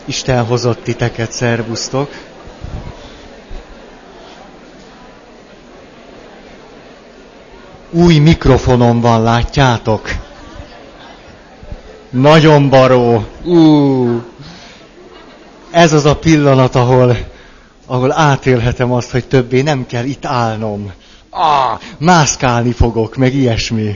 Isten hozott titeket, szervusztok! Új mikrofonom van, látjátok? Nagyon baró! Ez az a pillanat, ahol átélhetem azt, hogy többé nem kell itt állnom. Mászkálni fogok, meg ilyesmi.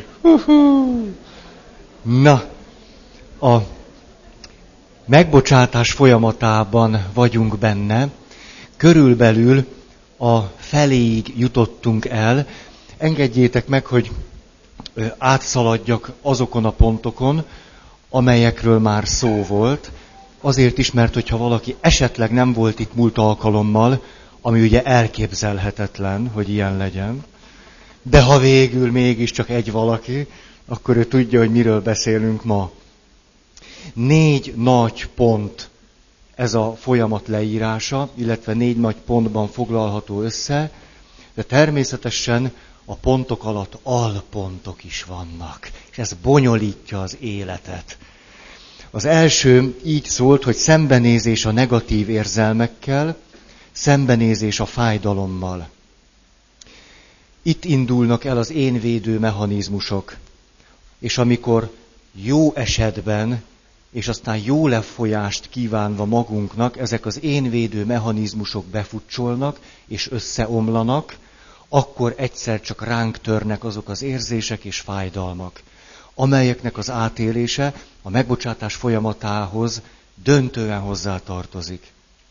Na, a megbocsátás folyamatában vagyunk benne. Körülbelül a feléig jutottunk el. Engedjétek meg, hogy átszaladjak azokon a pontokon, amelyekről már szó volt. Azért is, mert hogyha valaki esetleg nem volt itt múlt alkalommal, ami ugye elképzelhetetlen, hogy ilyen legyen, de ha végül mégiscsak egy valaki, akkor ő tudja, hogy miről beszélünk ma. 4 nagy pont ez a folyamat leírása, illetve 4 nagy pontban foglalható össze, de természetesen a pontok alatt alpontok is vannak, és ez bonyolítja az életet. Az első így szólt, hogy szembenézés a negatív érzelmekkel, szembenézés a fájdalommal. Itt indulnak el az énvédő mechanizmusok, és amikor jó esetben, és aztán jó lefolyást kívánva magunknak, ezek az énvédő mechanizmusok befutcsolnak, és összeomlanak, akkor egyszer csak ránk törnek azok az érzések és fájdalmak, amelyeknek az átélése a megbocsátás folyamatához döntően hozzátartozik.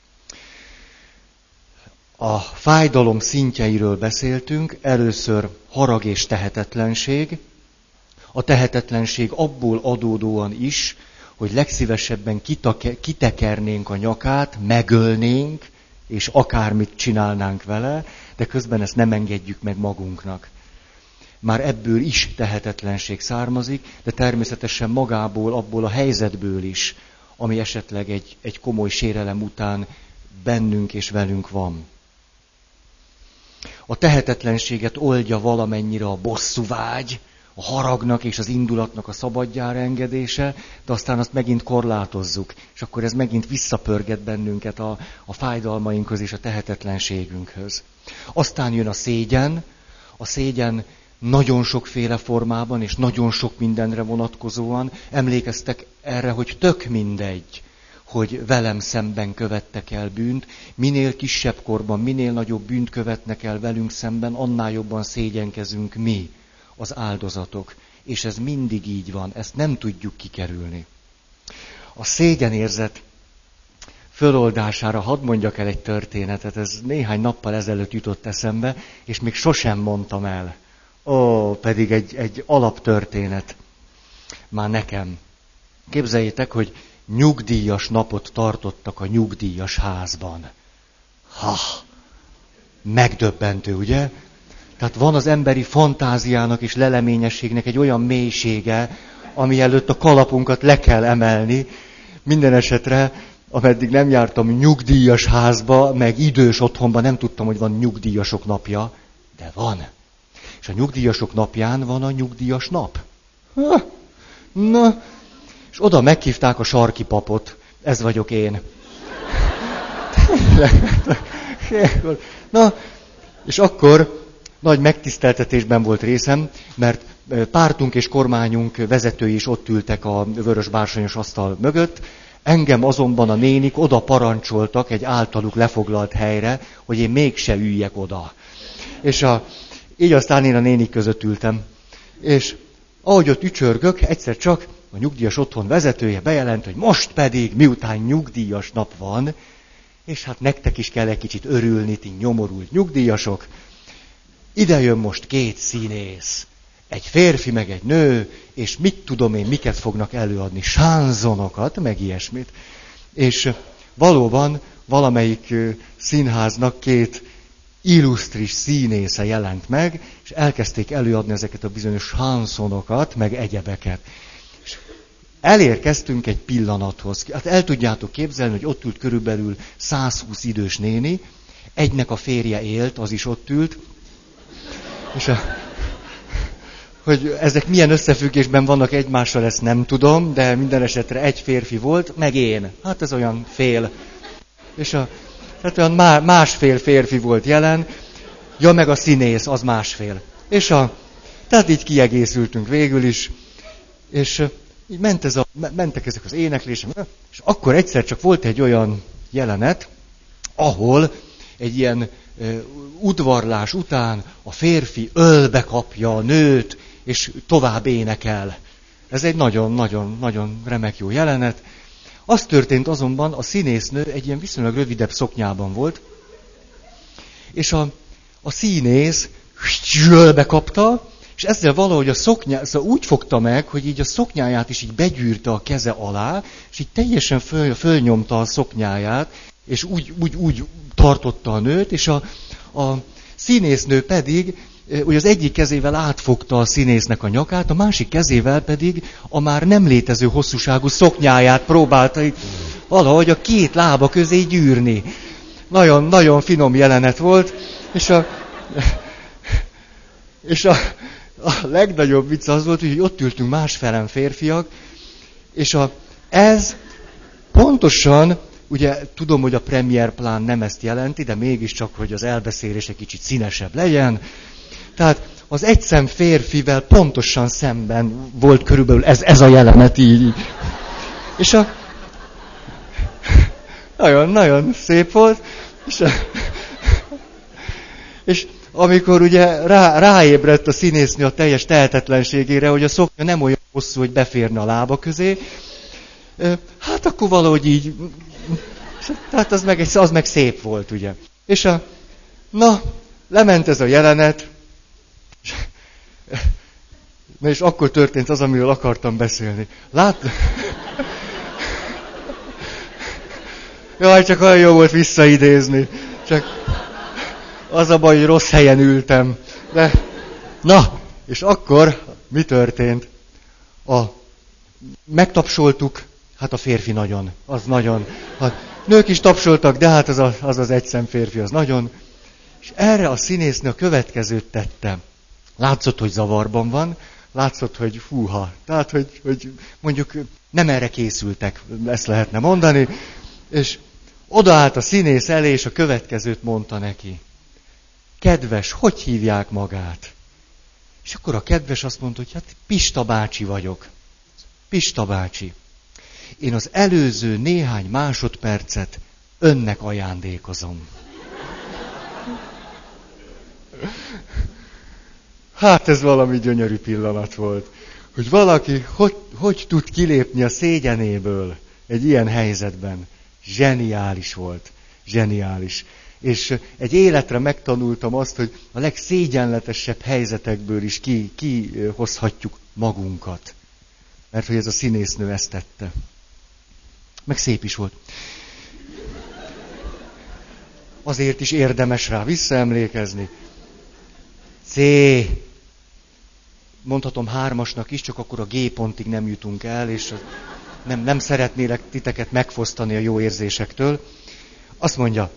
A fájdalom szintjeiről beszéltünk, először harag és tehetetlenség. A tehetetlenség abból adódóan is, hogy legszívesebben kitekernénk a nyakát, megölnénk, és akármit csinálnánk vele, de közben ezt nem engedjük meg magunknak. Már ebből is tehetetlenség származik, de természetesen magából, abból a helyzetből is, ami esetleg egy komoly sérelem után bennünk és velünk van. A tehetetlenséget oldja valamennyire a bosszúvágy, a haragnak és az indulatnak a szabadjára engedése, de aztán azt megint korlátozzuk, és akkor ez megint visszapörget bennünket a fájdalmainkhoz és a tehetetlenségünkhöz. Aztán jön a szégyen nagyon sokféle formában és nagyon sok mindenre vonatkozóan. Emlékeztek erre, hogy tök mindegy, hogy velem szemben követtek el bűnt, minél kisebb korban, minél nagyobb bűnt követnek el velünk szemben, annál jobban szégyenkezünk mi, az áldozatok. És ez mindig így van, ezt nem tudjuk kikerülni. A szégyenérzet föloldására hadd mondjak el egy történetet, ez néhány nappal ezelőtt jutott eszembe, és még sosem mondtam el. Pedig egy alaptörténet már nekem. Képzeljétek, hogy nyugdíjas napot tartottak a nyugdíjas házban. Megdöbbentő, ugye? Tehát van az emberi fantáziának és leleményességnek egy olyan mélysége, ami előtt a kalapunkat le kell emelni. Minden esetre, ameddig nem jártam nyugdíjas házba, meg idős otthonba, nem tudtam, hogy van nyugdíjasok napja, de van. És a nyugdíjasok napján van a nyugdíjas nap. Na, és oda meghívták a sarki papot. Ez vagyok én. Na, és akkor nagy megtiszteltetésben volt részem, mert pártunk és kormányunk vezetői is ott ültek a vörös bársonyos asztal mögött, engem azonban a nénik oda parancsoltak egy általuk lefoglalt helyre, hogy én mégse üljek oda. És így aztán én a nénik között ültem. És ahogy ott ücsörgök, egyszer csak a nyugdíjas otthon vezetője bejelent, hogy most pedig, miután nyugdíjas nap van, és hát nektek is kell egy kicsit örülni, ti nyomorult nyugdíjasok, ide jön most 2 színész, egy férfi meg egy nő, és mit tudom én, miket fognak előadni, sánzonokat, meg ilyesmit. És valóban valamelyik színháznak 2 illusztris színésze jelent meg, és elkezdték előadni ezeket a bizonyos sánzonokat, meg egyebeket. És elérkeztünk egy pillanathoz. Hát el tudjátok képzelni, hogy ott ült körülbelül 120 idős néni, egynek a férje élt, az is ott ült, és hogy ezek milyen összefüggésben vannak egymással, ezt nem tudom, de minden esetre egy férfi volt, meg én. Hát ez olyan fél. És tehát olyan másfél férfi volt jelen, ja, meg a színész, az másfél. Tehát így kiegészültünk végül is, és így mentek ezek az éneklések, és akkor egyszer csak volt egy olyan jelenet, ahol egy ilyen udvarlás után a férfi ölbe kapja a nőt, és tovább énekel. Ez egy nagyon-nagyon remek jó jelenet. Az történt azonban, a színésznő egy ilyen viszonylag rövidebb szoknyában volt, és a színész ölbe kapta, és ezzel valahogy a szoknyát, szóval úgy fogta meg, hogy így a szoknyáját is így begyűrte a keze alá, és így teljesen fölnyomta a szoknyáját, és úgy tartotta a nőt, és a színésznő pedig ugye az egyik kezével átfogta a színésznek a nyakát, a másik kezével pedig a már nem létező hosszúságú szoknyáját próbálta így valahogy a két lába közé gyűrni. Nagyon finom jelenet volt, és a legnagyobb vicc az volt, hogy ott ültünk másfelen férfiak, és ez pontosan, ugye tudom, hogy a premier plán nem ezt jelenti, de mégiscsak, hogy az elbeszélés egy kicsit színesebb legyen. Tehát az egyszem férfivel pontosan szemben volt körülbelül ez a jelenet így. És nagyon szép volt, és amikor ugye ráébredt a színésznő a teljes tehetetlenségére, hogy a szoknya nem olyan hosszú, hogy beférne a lába közé, hát akkor valahogy így, tehát az meg szép volt, ugye. És lement ez a jelenet, és akkor történt az, amiről akartam beszélni. Jaj, csak olyan jó volt visszaidézni. Csak az a baj, hogy rossz helyen ültem. De, és akkor mi történt? Megtapsoltuk, hát a férfi az nagyon. Nők is tapsoltak, de hát az egyszem férfi, az nagyon. És erre a színésznő a következőt tette. Látszott, hogy zavarban van, látszott, hogy fúha. Tehát, hogy mondjuk nem erre készültek, ezt lehetne mondani. És odaállt a színész elé, és a következőt mondta neki. Kedves, hogy hívják magát? És akkor a kedves azt mondta, hogy hát Pista bácsi vagyok. Pista bácsi. Én az előző néhány másodpercet önnek ajándékozom. Hát ez valami gyönyörű pillanat volt. Hogy valaki hogy tud kilépni a szégyenéből egy ilyen helyzetben. Zseniális volt. Zseniális. És egy életre megtanultam azt, hogy a legszégyenletesebb helyzetekből is kihozhatjuk magunkat. Mert hogy ez a színésznő ezt tette. Meg szép is volt. Azért is érdemes rá visszaemlékezni. C. Mondhatom 3-asnak is, csak akkor a G pontig nem jutunk el, és nem szeretnélek titeket megfosztani a jó érzésektől. Azt mondja,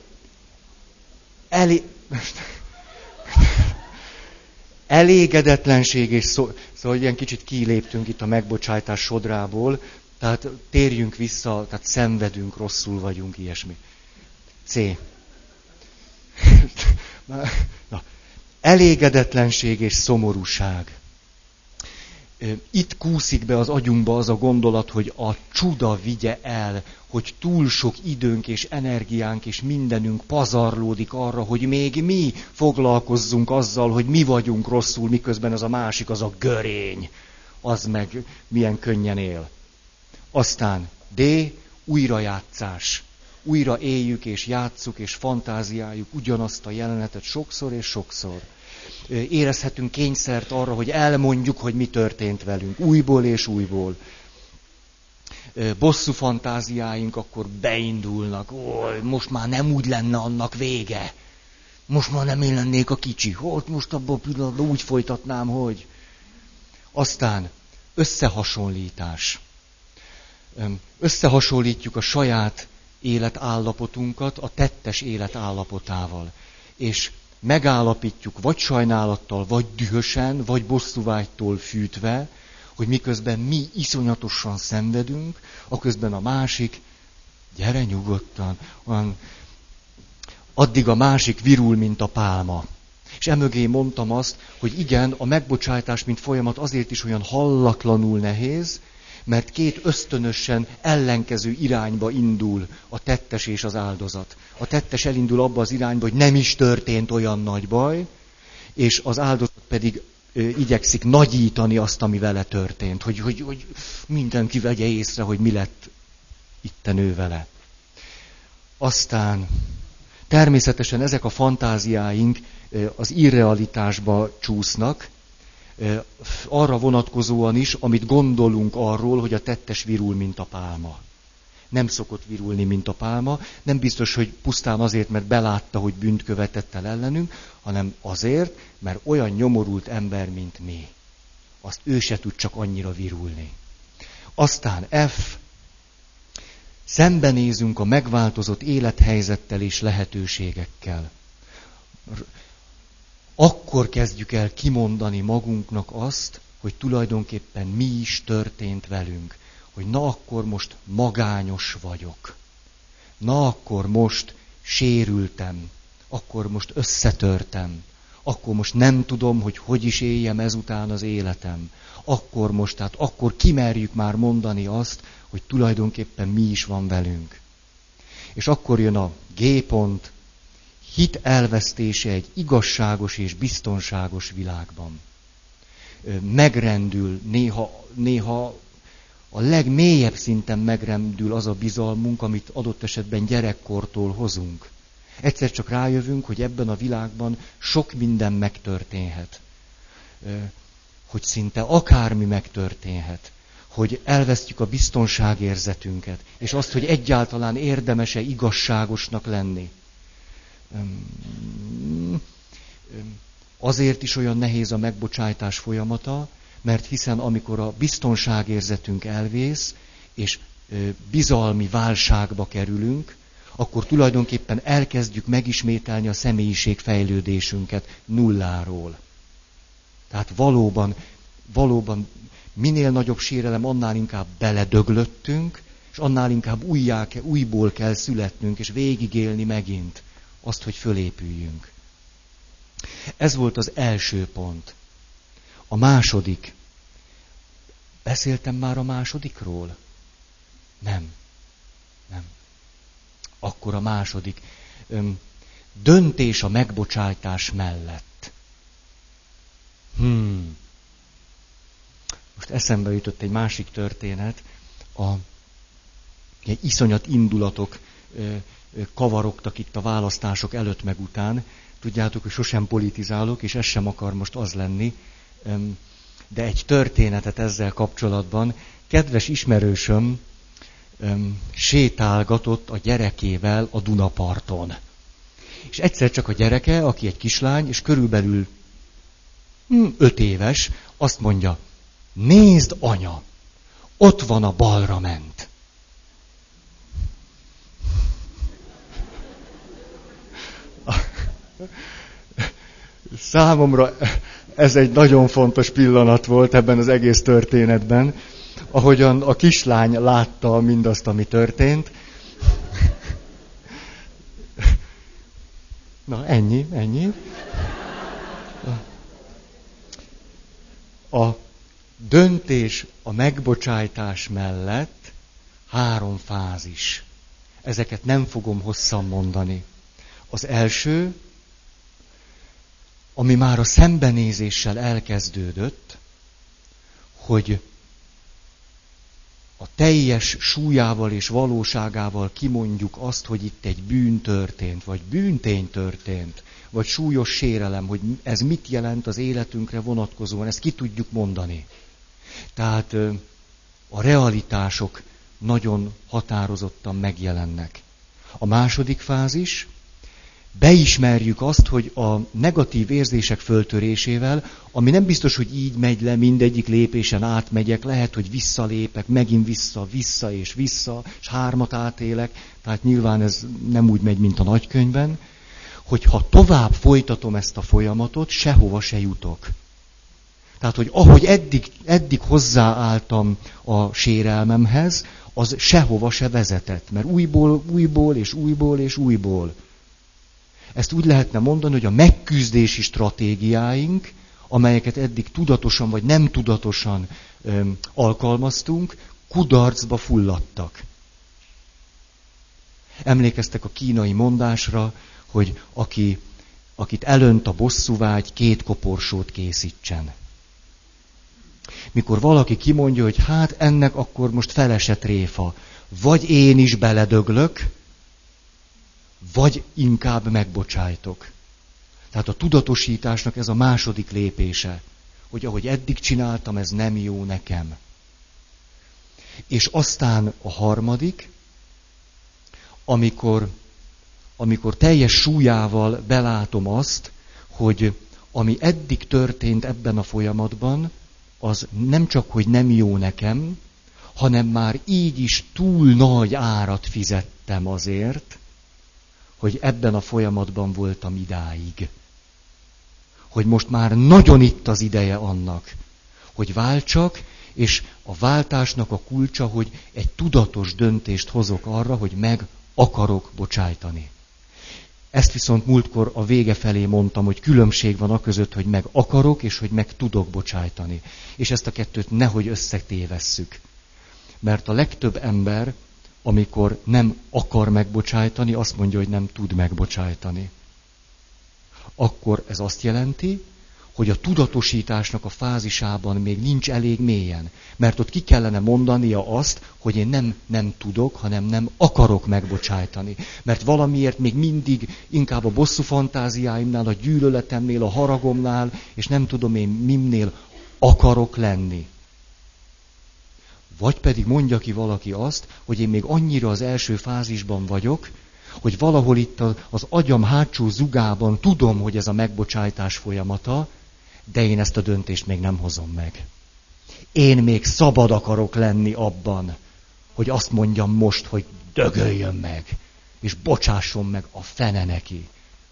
elégedetlenség és szóval ilyen kicsit kiléptünk itt a megbocsájtás sodrából, tehát térjünk vissza, tehát szenvedünk, rosszul vagyunk, ilyesmi. C. Elégedetlenség és szomorúság. Itt kúszik be az agyunkba az a gondolat, hogy a csuda vigye el, hogy túl sok időnk és energiánk és mindenünk pazarlódik arra, hogy még mi foglalkozzunk azzal, hogy mi vagyunk rosszul, miközben az a másik, az a görény, az meg milyen könnyen él. Aztán D. Újrajátszás. Újra éljük és játsszuk és fantáziáljuk ugyanazt a jelenetet sokszor és sokszor. Érezhetünk kényszert arra, hogy elmondjuk, hogy mi történt velünk, újból és újból. Bosszú fantáziáink akkor beindulnak, most már nem úgy lenne annak vége, most már nem én lennék a kicsi, most abban a pillanatban úgy folytatnám, hogy... Aztán összehasonlítás. Összehasonlítjuk a saját életállapotunkat a tettes élet állapotával. És megállapítjuk vagy sajnálattal, vagy dühösen, vagy bosszúvágytól fűtve, hogy miközben mi iszonyatosan szenvedünk, aközben a másik, gyere nyugodtan, addig a másik virul, mint a pálma. És emögé mondtam azt, hogy igen, a megbocsátás, mint folyamat azért is olyan hallatlanul nehéz, mert két ösztönösen ellenkező irányba indul a tettes és az áldozat. A tettes elindul abba az irányba, hogy nem is történt olyan nagy baj, és az áldozat pedig igyekszik nagyítani azt, ami vele történt, hogy mindenki vegye észre, hogy mi lett itten ő vele. Aztán természetesen ezek a fantáziáink az irrealitásba csúsznak, arra vonatkozóan is, amit gondolunk arról, hogy a tettes virul, mint a pálma. Nem szokott virulni, mint a pálma, nem biztos, hogy pusztán azért, mert belátta, hogy bűnt követett el ellenünk, hanem azért, mert olyan nyomorult ember, mint mi. Azt ő se tud csak annyira virulni. Aztán F. Szembenézünk a megváltozott élethelyzettel és lehetőségekkel. Akkor kezdjük el kimondani magunknak azt, hogy tulajdonképpen mi is történt velünk. Hogy na akkor most magányos vagyok. Na akkor most sérültem. Akkor most összetörtem. Akkor most nem tudom, hogy is éljem ezután az életem. Akkor kimerjük már mondani azt, hogy tulajdonképpen mi is van velünk. És akkor jön a G pont, hit elvesztése egy igazságos és biztonságos világban. Megrendül, néha a legmélyebb szinten megrendül az a bizalmunk, amit adott esetben gyerekkortól hozunk. Egyszer csak rájövünk, hogy ebben a világban sok minden megtörténhet. Hogy szinte akármi megtörténhet. Hogy elvesztjük a biztonságérzetünket. És azt, hogy egyáltalán érdemes-e igazságosnak lenni. Azért is olyan nehéz a megbocsájtás folyamata, mert hiszen amikor a biztonságérzetünk elvész, és bizalmi válságba kerülünk, akkor tulajdonképpen elkezdjük megismételni a személyiségfejlődésünket nulláról. Tehát valóban minél nagyobb sérelem, annál inkább beledöglöttünk, és annál inkább újból kell születnünk, és végigélni megint azt, hogy fölépüljünk. Ez volt az első pont. A második. Beszéltem már a másodikról? Nem. Akkor a második. Döntés a megbocsájtás mellett. Most eszembe jutott egy másik történet. Egy iszonyat indulatok kavarogtak itt a választások előtt meg után. Tudjátok, hogy sosem politizálok, és ez sem akar most az lenni. De egy történetet ezzel kapcsolatban. Kedves ismerősöm sétálgatott a gyerekével a Dunaparton. És egyszer csak a gyereke, aki egy kislány, és körülbelül 5 éves, azt mondja, nézd, anya, ott van a balra ment. Számomra ez egy nagyon fontos pillanat volt ebben az egész történetben, ahogyan a kislány látta mindazt, ami történt. Na, ennyi. A döntés a megbocsájtás mellett 3 fázis. Ezeket nem fogom hosszan mondani. Az első, ami már a szembenézéssel elkezdődött, hogy a teljes súlyával és valóságával kimondjuk azt, hogy itt egy bűn történt, vagy bűntény történt, vagy súlyos sérelem, hogy ez mit jelent az életünkre vonatkozóan, ezt ki tudjuk mondani. Tehát a realitások nagyon határozottan megjelennek. A második fázis, beismerjük azt, hogy a negatív érzések föltörésével, ami nem biztos, hogy így megy le, mindegyik lépésen átmegyek, lehet, hogy visszalépek, megint vissza és 3 átélek, tehát nyilván ez nem úgy megy, mint a nagykönyvben, hogyha tovább folytatom ezt a folyamatot, sehova se jutok. Tehát, hogy ahogy eddig hozzáálltam a sérelmemhez, az sehova se vezetett, mert újból és újból. Ezt úgy lehetne mondani, hogy a megküzdési stratégiáink, amelyeket eddig tudatosan vagy nem tudatosan alkalmaztunk, kudarcba fulladtak. Emlékeztek a kínai mondásra, hogy akit elönt a bosszúvágy, 2 koporsót készítsen. Mikor valaki kimondja, hogy hát ennek akkor most felesett tréfa, vagy én is beledöglök, vagy inkább megbocsájtok. Tehát a tudatosításnak ez a második lépése, hogy ahogy eddig csináltam, ez nem jó nekem. És aztán a harmadik, amikor teljes súlyával belátom azt, hogy ami eddig történt ebben a folyamatban, az nem csak, hogy nem jó nekem, hanem már így is túl nagy árat fizettem azért, hogy ebben a folyamatban voltam idáig. Hogy most már nagyon itt az ideje annak, hogy váltsak, és a váltásnak a kulcsa, hogy egy tudatos döntést hozok arra, hogy meg akarok bocsájtani. Ezt viszont múltkor a vége felé mondtam, hogy különbség van a között, hogy meg akarok, és hogy meg tudok bocsájtani. És ezt a kettőt nehogy összetévesszük. Mert a legtöbb ember, amikor nem akar megbocsájtani, azt mondja, hogy nem tud megbocsájtani. Akkor ez azt jelenti, hogy a tudatosításnak a fázisában még nincs elég mélyen. Mert ott ki kellene mondania azt, hogy én nem tudok, hanem nem akarok megbocsájtani. Mert valamiért még mindig inkább a bosszú fantáziáimnál, a gyűlöletemnél, a haragomnál, és nem tudom én mimnél akarok lenni. Vagy pedig mondja ki valaki azt, hogy én még annyira az első fázisban vagyok, hogy valahol itt az agyam hátsó zugában tudom, hogy ez a megbocsájtás folyamata, de én ezt a döntést még nem hozom meg. Én még szabad akarok lenni abban, hogy azt mondjam most, hogy dögöljön meg, és bocsásson meg a fene neki.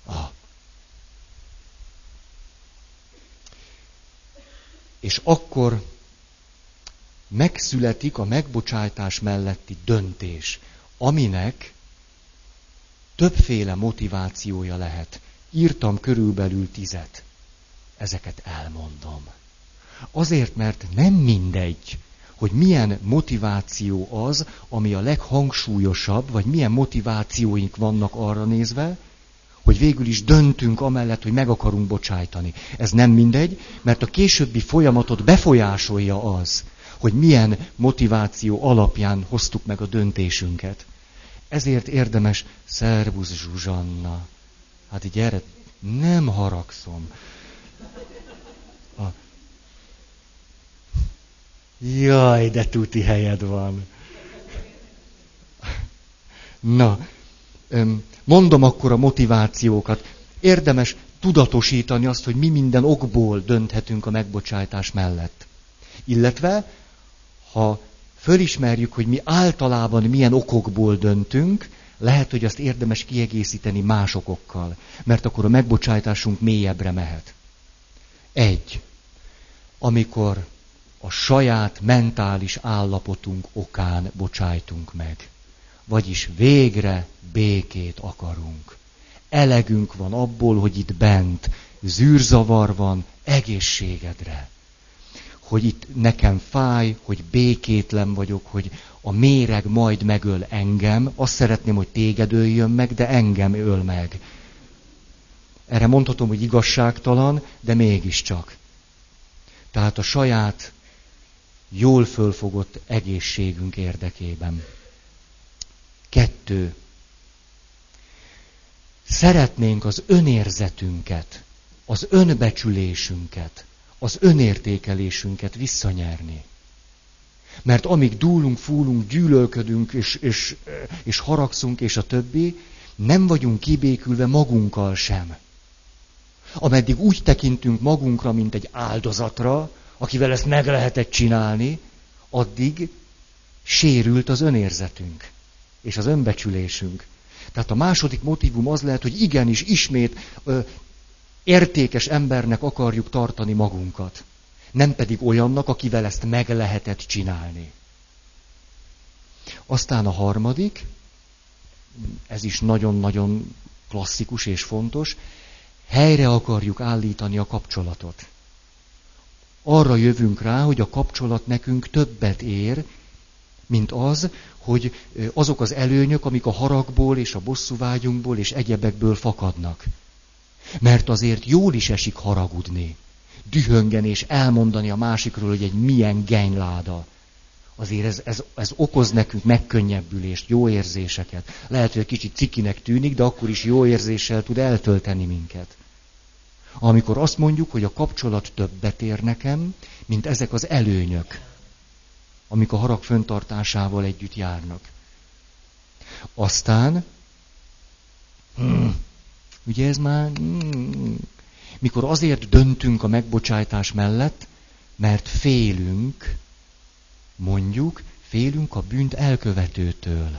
És akkor megszületik a megbocsájtás melletti döntés, aminek többféle motivációja lehet. Írtam körülbelül 10. Ezeket elmondom. Azért, mert nem mindegy, hogy milyen motiváció az, ami a leghangsúlyosabb, vagy milyen motivációink vannak arra nézve, hogy végül is döntünk amellett, hogy meg akarunk bocsájtani. Ez nem mindegy, mert a későbbi folyamatot befolyásolja az, hogy milyen motiváció alapján hoztuk meg a döntésünket. Ezért érdemes, szervusz Zsuzsanna. Hát így erre nem haragszom. Jaj, de tuti helyed van. Na, mondom akkor a motivációkat. Érdemes tudatosítani azt, hogy mi minden okból dönthetünk a megbocsájtás mellett. Illetve, ha fölismerjük, hogy mi általában milyen okokból döntünk, lehet, hogy azt érdemes kiegészíteni más okokkal, mert akkor a megbocsájtásunk mélyebbre mehet. 1. Amikor a saját mentális állapotunk okán bocsájtunk meg. Vagyis végre békét akarunk. Elegünk van abból, hogy itt bent zűrzavar van egészségedre. Hogy itt nekem fáj, hogy békétlen vagyok, hogy a méreg majd megöl engem. Azt szeretném, hogy téged öljön meg, de engem öl meg. Erre mondhatom, hogy igazságtalan, de mégiscsak. Tehát a saját jól fölfogott egészségünk érdekében. 2. Szeretnénk az önérzetünket, az önbecsülésünket, az önértékelésünket visszanyerni. Mert amíg dúlunk, fúlunk, gyűlölködünk, és haragszunk, és a többi, nem vagyunk kibékülve magunkkal sem. Ameddig úgy tekintünk magunkra, mint egy áldozatra, akivel ezt meg lehetett csinálni, addig sérült az önérzetünk és az önbecsülésünk. Tehát a második motívum az lehet, hogy igenis ismét értékes embernek akarjuk tartani magunkat. Nem pedig olyannak, akivel ezt meg lehetett csinálni. Aztán a harmadik, ez is nagyon-nagyon klasszikus és fontos, helyre akarjuk állítani a kapcsolatot. Arra jövünk rá, hogy a kapcsolat nekünk többet ér, mint az, hogy azok az előnyök, amik a haragból és a bosszúvágyunkból és egyebekből fakadnak. Mert azért jól is esik haragudni, dühöngeni és elmondani a másikról, hogy egy milyen genyláda. Azért ez okoz nekünk megkönnyebbülést, jó érzéseket. Lehet, hogy egy kicsit cikinek tűnik, de akkor is jó érzéssel tud eltölteni minket. Amikor azt mondjuk, hogy a kapcsolat többet ér nekem, mint ezek az előnyök, amik a harag fenntartásával együtt járnak. Aztán, ugye ez már, mikor azért döntünk a megbocsájtás mellett, mert félünk, mondjuk, félünk a bűnt elkövetőtől.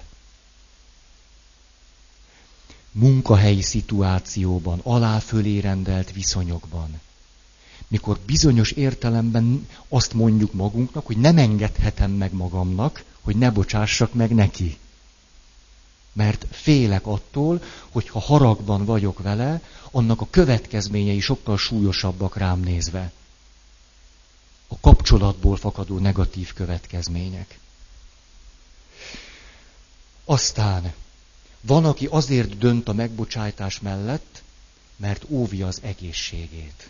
Munkahelyi szituációban, alá-fölé rendelt viszonyokban. Mikor bizonyos értelemben azt mondjuk magunknak, hogy nem engedhetem meg magamnak, hogy ne bocsássak meg neki. Mert félek attól, hogy ha haragban vagyok vele, annak a következményei sokkal súlyosabbak rám nézve. A kapcsolatból fakadó negatív következmények. Aztán van, aki azért dönt a megbocsájtás mellett, mert óvja az egészségét.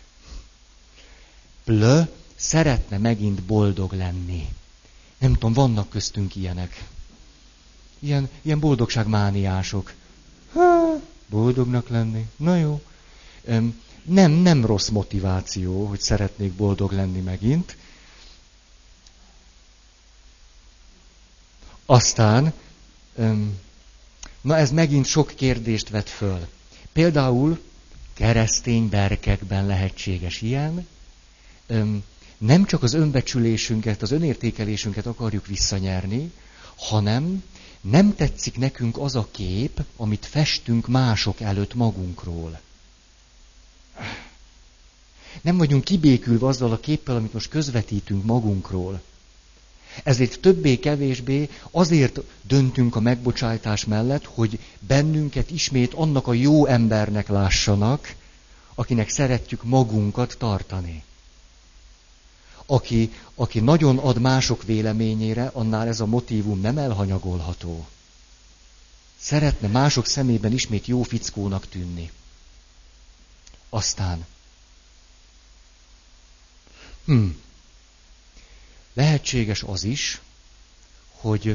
Szeretne megint boldog lenni. Nem tudom, vannak köztünk ilyenek. Ilyen boldogságmániások. Boldognak lenni. Na jó. Nem rossz motiváció, hogy szeretnék boldog lenni megint. Aztán, ez megint sok kérdést vet föl. Például keresztény berkekben lehetséges ilyen. Nem csak az önbecsülésünket, az önértékelésünket akarjuk visszanyerni, hanem nem tetszik nekünk az a kép, amit festünk mások előtt magunkról. Nem vagyunk kibékülve azzal a képpel, amit most közvetítünk magunkról. Ezért többé-kevésbé azért döntünk a megbocsájtás mellett, hogy bennünket ismét annak a jó embernek lássanak, akinek szeretjük magunkat tartani. Aki nagyon ad mások véleményére, annál ez a motívum nem elhanyagolható. Szeretne mások szemében ismét jó fickónak tűnni. Aztán lehetséges az is, hogy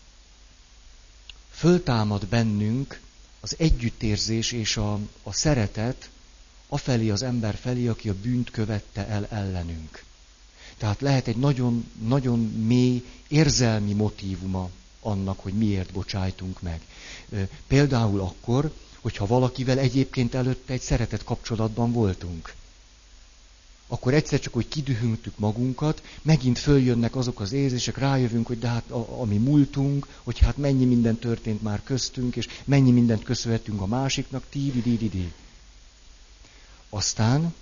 föltámad bennünk az együttérzés és a szeretet afelé az ember felé, aki a bűnt követte el ellenünk. Tehát lehet egy nagyon, nagyon mély érzelmi motívuma annak, hogy miért bocsájtunk meg. Például akkor, hogyha valakivel egyébként előtte egy szeretett kapcsolatban voltunk. Akkor egyszer csak, hogy kidühöngtük magunkat, megint följönnek azok az érzések, rájövünk, hogy de hát a mi múltunk, hogy hát mennyi minden történt már köztünk, és mennyi mindent köszönhetünk a másiknak, ti-di-di-di-di. Aztán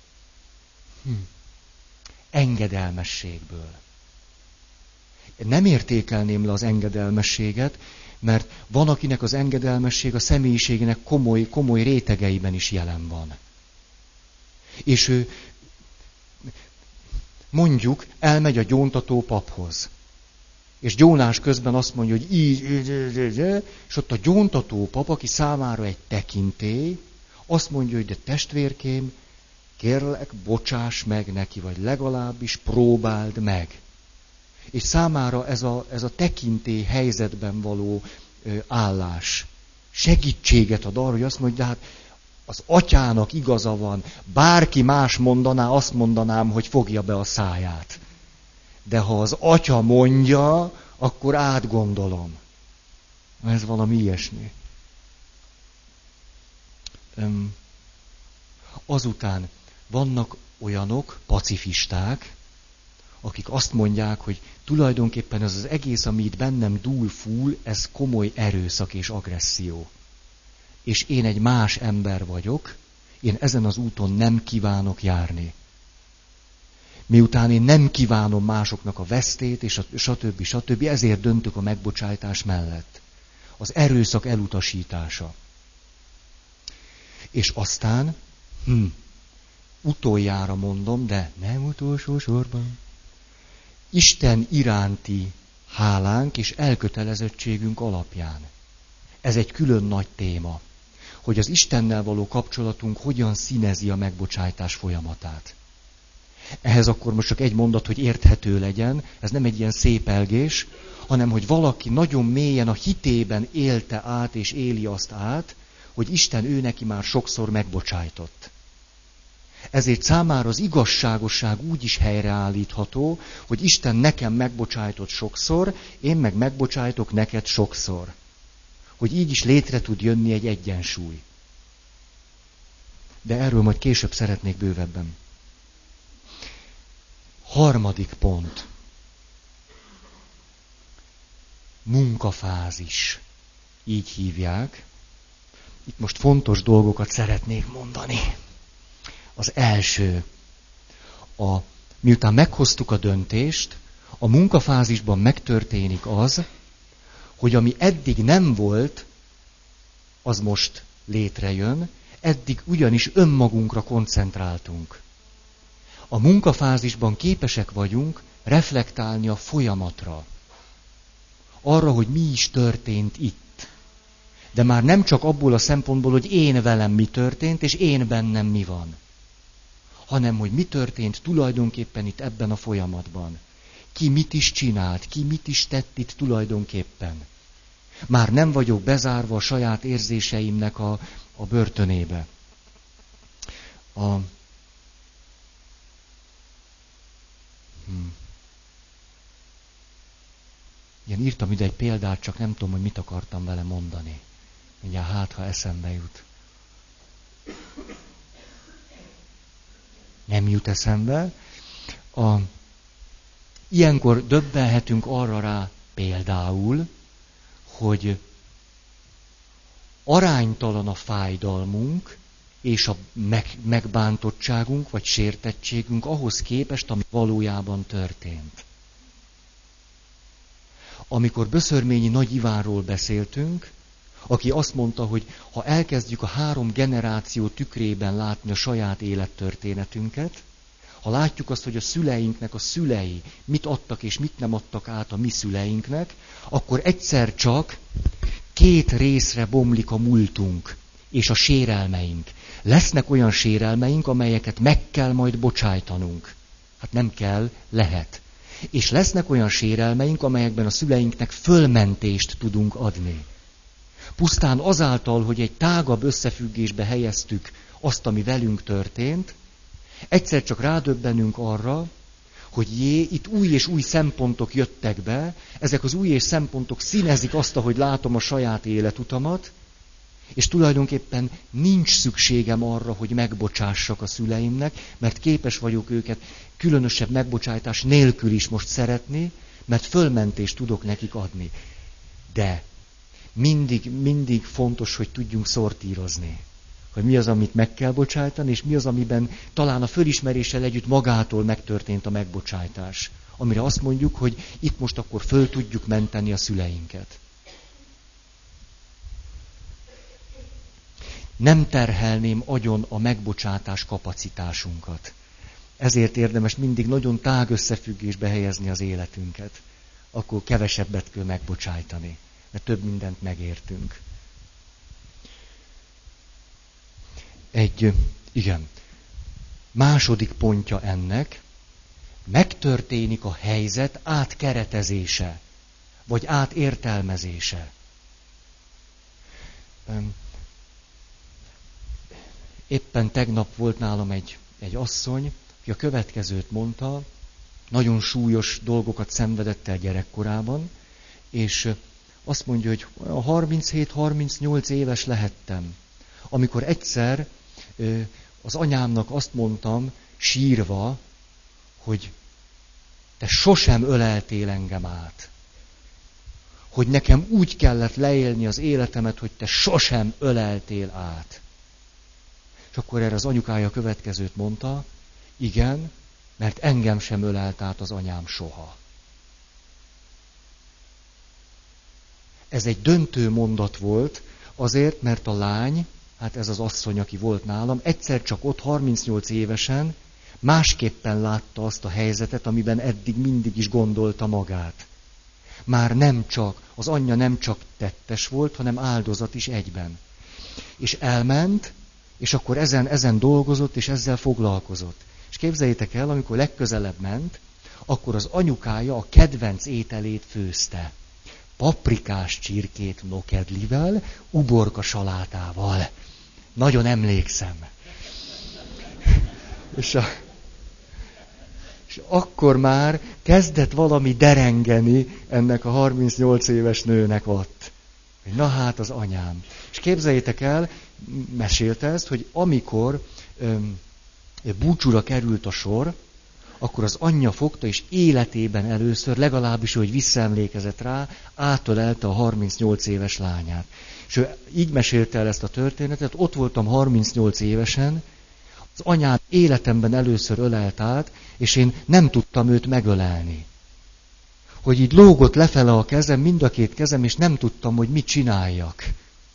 engedelmességből. Nem értékelném le az engedelmességet, mert van, akinek az engedelmesség a személyiségének komoly rétegeiben is jelen van. És ő mondjuk elmegy a gyóntató paphoz. És gyónás közben azt mondja, hogy és ott a gyóntató pap, aki számára egy tekintély, azt mondja, hogy de testvérkém, kérlek, bocsáss meg neki, vagy legalábbis próbáld meg. És számára ez a tekintély helyzetben való állás segítséget ad arra, hogy azt mondja, de hát az atyának igaza van, bárki más mondaná, azt mondanám, hogy fogja be a száját. De ha az atya mondja, akkor átgondolom. Ez valami ilyesmi. Azután vannak olyanok, pacifisták, akik azt mondják, hogy tulajdonképpen ez az egész, ami itt bennem dúl-fúl, ez komoly erőszak és agresszió. és én egy más ember vagyok, én ezen az úton nem kívánok járni. Miután én nem kívánom másoknak a vesztét, és stb., ezért döntök a megbocsájtás mellett. Az erőszak elutasítása. És aztán, utoljára mondom, de nem utolsó sorban, Isten iránti hálánk és elkötelezettségünk alapján. Ez egy külön nagy téma, hogy az Istennel való kapcsolatunk hogyan színezi a megbocsájtás folyamatát. Ehhez akkor most csak egy mondat, hogy érthető legyen, ez nem egy ilyen szépelgés, hanem hogy valaki nagyon mélyen a hitében élte át és éli azt át, hogy Isten ő neki már sokszor megbocsájtott. Ezért számára az igazságosság úgy is helyreállítható, hogy Isten nekem megbocsájtott sokszor, én meg megbocsájtok neked sokszor. Hogy így is létre tud jönni egy egyensúly. De erről majd később szeretnék bővebben. Harmadik pont. Munkafázis. Így hívják. Itt most fontos dolgokat szeretnék mondani. Az első. Miután meghoztuk a döntést, a munkafázisban megtörténik az, hogy ami eddig nem volt, az most létrejön, eddig ugyanis önmagunkra koncentráltunk. A munkafázisban képesek vagyunk reflektálni a folyamatra. Arra, hogy mi is történt itt. De már nem csak abból a szempontból, hogy én velem mi történt, és én bennem mi van. Hanem, hogy mi történt tulajdonképpen itt ebben a folyamatban. Ki mit is csinált, ki mit is tett itt tulajdonképpen. Már nem vagyok bezárva a saját érzéseimnek a börtönébe. Ilyen írtam ide egy példát, csak nem tudom, hogy mit akartam vele mondani. Mindjárt hát, ha eszembe jut. Nem jut eszembe. Ilyenkor döbbenhetünk arra rá például, hogy aránytalan a fájdalmunk és a megbántottságunk vagy sértettségünk ahhoz képest, ami valójában történt. Amikor Böszörményi Nagy Ivánról beszéltünk, aki azt mondta, hogy ha elkezdjük a 3 generáció tükrében látni a saját élettörténetünket, ha látjuk azt, hogy a szüleinknek a szülei mit adtak és mit nem adtak át a mi szüleinknek, akkor egyszer csak 2 részre bomlik a múltunk és a sérelmeink. Lesznek olyan sérelmeink, amelyeket meg kell majd bocsájtanunk. Hát nem kell, lehet. És lesznek olyan sérelmeink, amelyekben a szüleinknek fölmentést tudunk adni. Pusztán azáltal, hogy egy tágabb összefüggésbe helyeztük azt, ami velünk történt, egyszer csak rádöbbenünk arra, hogy itt új és új szempontok jöttek be, ezek az új és szempontok színezik azt, ahogy látom a saját életutamat, és tulajdonképpen nincs szükségem arra, hogy megbocsássak a szüleimnek, mert képes vagyok őket különösebb megbocsájtás nélkül is most szeretni, mert fölmentést tudok nekik adni. De mindig fontos, hogy tudjunk szortírozni. Hogy mi az, amit meg kell bocsájtani, és mi az, amiben talán a fölismeréssel együtt magától megtörtént a megbocsájtás. Amire azt mondjuk, hogy itt most akkor föl tudjuk menteni a szüleinket. Nem terhelném agyon a megbocsátás kapacitásunkat. Ezért érdemes mindig nagyon tág összefüggésbe helyezni az életünket. Akkor kevesebbet kell megbocsájtani, mert több mindent megértünk. Második pontja ennek, megtörténik a helyzet átkeretezése, vagy átértelmezése. Éppen tegnap volt nálam egy asszony, aki a következőt mondta, nagyon súlyos dolgokat szenvedett el gyerekkorában, és azt mondja, hogy 37-38 éves lehettem, amikor egyszer az anyámnak azt mondtam, sírva, hogy te sosem öleltél engem át. hogy nekem úgy kellett leélni az életemet, hogy te sosem öleltél át. És akkor erre az anyukája a következőt mondta, igen, mert engem sem ölelt át az anyám soha. Ez egy döntő mondat volt, azért, mert a lány, hát ez az asszony, aki volt nálam, egyszer csak ott 38 évesen másképpen látta azt a helyzetet, amiben eddig mindig is gondolta magát. Már nem csak, az anyja nem csak tettes volt, hanem áldozat is egyben. És elment, és akkor ezen dolgozott, és ezzel foglalkozott. És képzeljétek el, amikor legközelebb ment, akkor az anyukája a kedvenc ételét főzte. Paprikás csirkét nokedlivel, uborka salátával. Nagyon emlékszem. És akkor már kezdett valami derengeni ennek a 38 éves nőnek ott. Na hát az anyám. És képzeljétek el, mesélte ezt, hogy amikor búcsúra került a sor, akkor az anyja fogta, és életében először, legalábbis, hogy visszaemlékezett rá, átölelte a 38 éves lányát. És ő így mesélte el ezt a történetet, ott voltam 38 évesen, az anyám életemben először ölelt át, és én nem tudtam őt megölelni. Hogy így lógott lefele a kezem, mind a két kezem, és nem tudtam, hogy mit csináljak.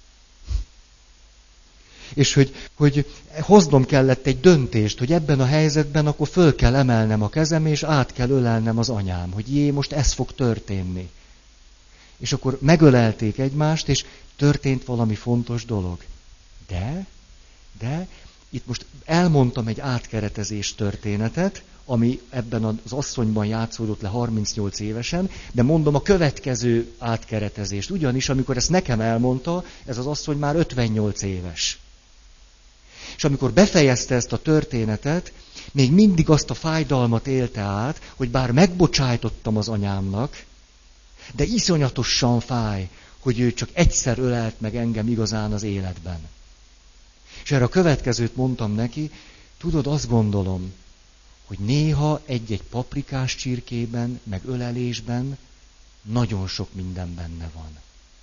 És hogy hoznom kellett egy döntést, hogy ebben a helyzetben akkor föl kell emelnem a kezem, és át kell ölelnem az anyám, hogy most ez fog történni. És akkor megölelték egymást, és történt valami fontos dolog. De, itt most elmondtam egy átkeretezés történetet, ami ebben az asszonyban játszódott le 38 évesen, de mondom a következő átkeretezést. Ugyanis, amikor ezt nekem elmondta, ez az asszony már 58 éves. És amikor befejezte ezt a történetet, még mindig azt a fájdalmat élte át, hogy bár megbocsájtottam az anyámnak, de iszonyatosan fáj, hogy ő csak egyszer ölelt meg engem igazán az életben. És erre a következőt mondtam neki, tudod, azt gondolom, hogy néha egy-egy paprikás csirkében, meg ölelésben nagyon sok minden benne van.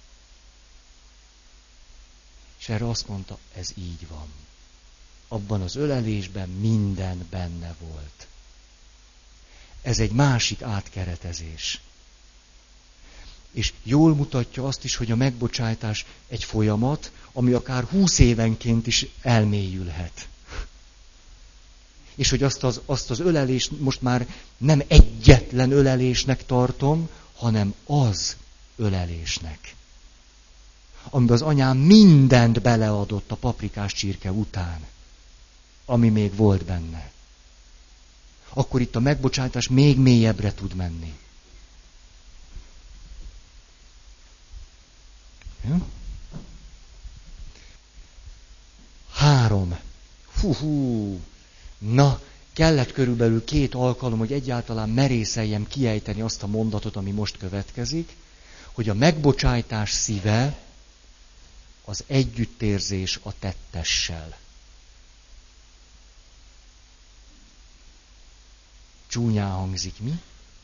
És erre azt mondta, ez így van. Abban az ölelésben minden benne volt. Ez egy másik átkeretezés. És jól mutatja azt is, hogy a megbocsájtás egy folyamat, ami akár 20 évenként is elmélyülhet. És hogy azt az ölelést most már nem egyetlen ölelésnek tartom, hanem az ölelésnek. Amiben az anyám mindent beleadott a paprikás csirke után, ami még volt benne. Akkor itt a megbocsátás még mélyebbre tud menni. 3. Na, kellett körülbelül 2 alkalom, hogy egyáltalán merészeljem kiejteni azt a mondatot, ami most következik, hogy a megbocsájtás szíve az együttérzés a tettessel. Csúnyán hangzik, mi?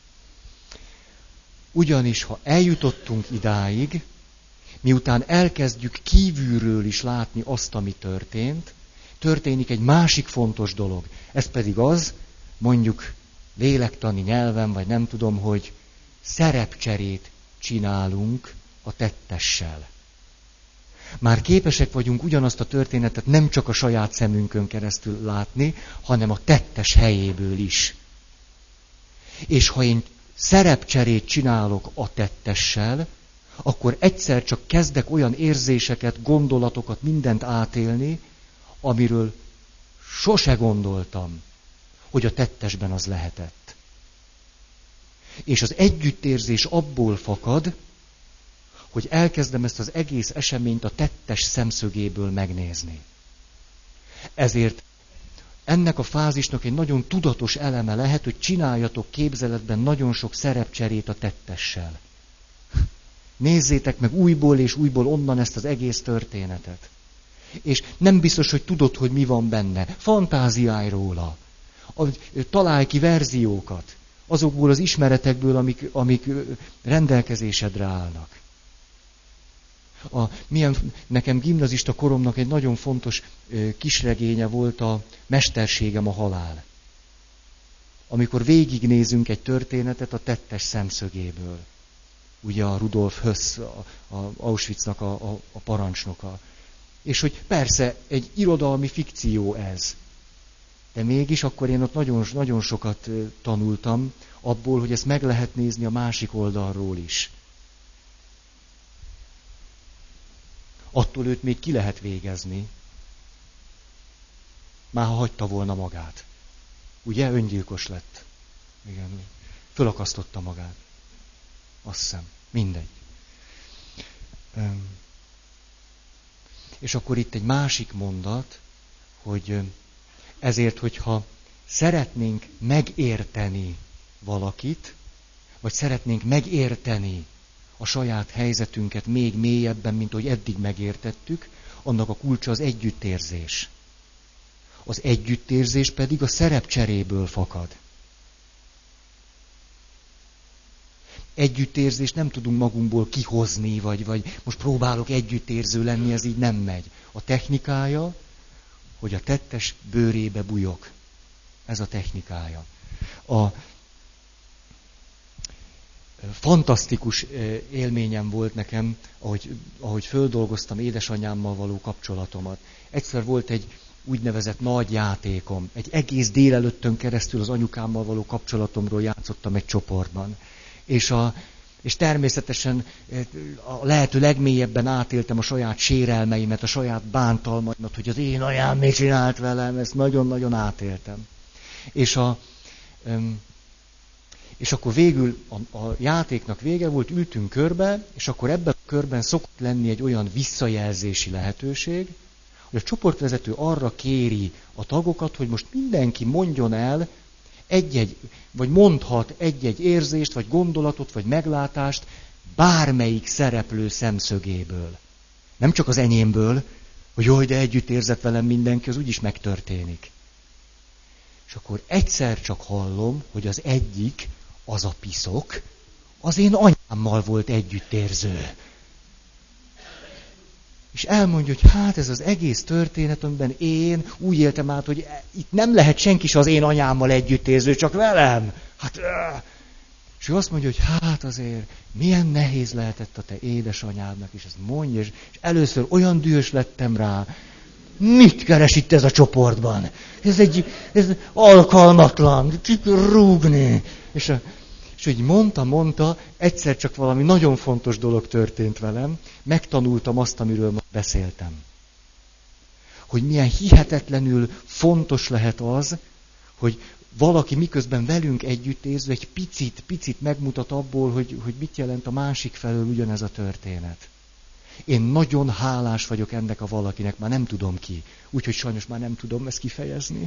Ugyanis, ha eljutottunk idáig, miután elkezdjük kívülről is látni azt, ami történik egy másik fontos dolog. Ez pedig az, mondjuk lélektani nyelven, vagy nem tudom, hogy szerepcserét csinálunk a tettessel. Már képesek vagyunk ugyanazt a történetet nem csak a saját szemünkön keresztül látni, hanem a tettes helyéből is. És ha én szerepcserét csinálok a tettessel, akkor egyszer csak kezdek olyan érzéseket, gondolatokat, mindent átélni, amiről sose gondoltam, hogy a tettesben az lehetett. És az együttérzés abból fakad, hogy elkezdem ezt az egész eseményt a tettes szemszögéből megnézni. Ezért ennek a fázisnak egy nagyon tudatos eleme lehet, hogy csináljatok képzeletben nagyon sok szerepcserét a tettessel. Nézzétek meg újból és újból onnan ezt az egész történetet. És nem biztos, hogy tudod, hogy mi van benne. Fantáziálj róla. Találj ki verziókat. azokból az ismeretekből, amik rendelkezésedre állnak. Nekem gimnazista koromnak egy nagyon fontos kisregénye volt a Mesterségem a halál. Amikor végignézünk egy történetet a tettes szemszögéből. Ugye a Rudolf Höss, a Auschwitznak a parancsnoka. És hogy persze egy irodalmi fikció ez. De mégis akkor én ott nagyon, nagyon sokat tanultam abból, hogy ezt meg lehet nézni a másik oldalról is. Attól őt még ki lehet végezni. Már ha hagyta volna magát. Ugye? Öngyilkos lett. Igen. Fölakasztotta magát. Azt hiszem. Mindegy. És akkor itt egy másik mondat, hogy ezért, hogyha szeretnénk megérteni valakit, vagy szeretnénk megérteni a saját helyzetünket még mélyebben, mint ahogy eddig megértettük, annak a kulcsa az együttérzés. Az együttérzés pedig a szerepcseréből fakad. Együttérzést nem tudunk magunkból kihozni, vagy most próbálok együttérző lenni, ez így nem megy. A technikája, hogy a tettes bőrébe bujok. Ez a technikája. Fantasztikus élményem volt nekem, ahogy földolgoztam édesanyámmal való kapcsolatomat. Egyszer volt egy úgynevezett nagy játékom. Egy egész délelőttön keresztül az anyukámmal való kapcsolatomról játszottam egy csoportban. És természetesen a lehető legmélyebben átéltem a saját sérelmeimet, a saját bántalmaimat, hogy az én anyám mit csinált velem, ezt nagyon-nagyon átéltem. És akkor végül a játéknak vége volt, ültünk körbe, és akkor ebben a körben szokott lenni egy olyan visszajelzési lehetőség, hogy a csoportvezető arra kéri a tagokat, hogy most mindenki mondjon el vagy mondhat egy-egy érzést, vagy gondolatot, vagy meglátást bármelyik szereplő szemszögéből. Nem csak az enyémből, hogy jaj, de együtt érzett velem mindenki, az úgyis megtörténik. És akkor egyszer csak hallom, hogy az egyik, az a piszok, az én anyámmal volt együttérző. És elmondja, hogy hát ez az egész történet, amiben én úgy éltem át, hogy itt nem lehet senki se az én anyámmal együttérző, csak velem. És ő azt mondja, hogy hát azért milyen nehéz lehetett a te édesanyádnak, és ezt mondja, és először olyan dühös lettem rá, mit keres itt ez a csoportban? Ez alkalmatlan, csak rúgni. És így mondta, egyszer csak valami nagyon fontos dolog történt velem, megtanultam azt, amiről ma beszéltem. Hogy milyen hihetetlenül fontos lehet az, hogy valaki miközben velünk együtt érző, egy picit megmutat abból, hogy mit jelent a másik felől ugyanez a történet. Én nagyon hálás vagyok ennek a valakinek, már nem tudom ki. Úgyhogy sajnos már nem tudom ezt kifejezni.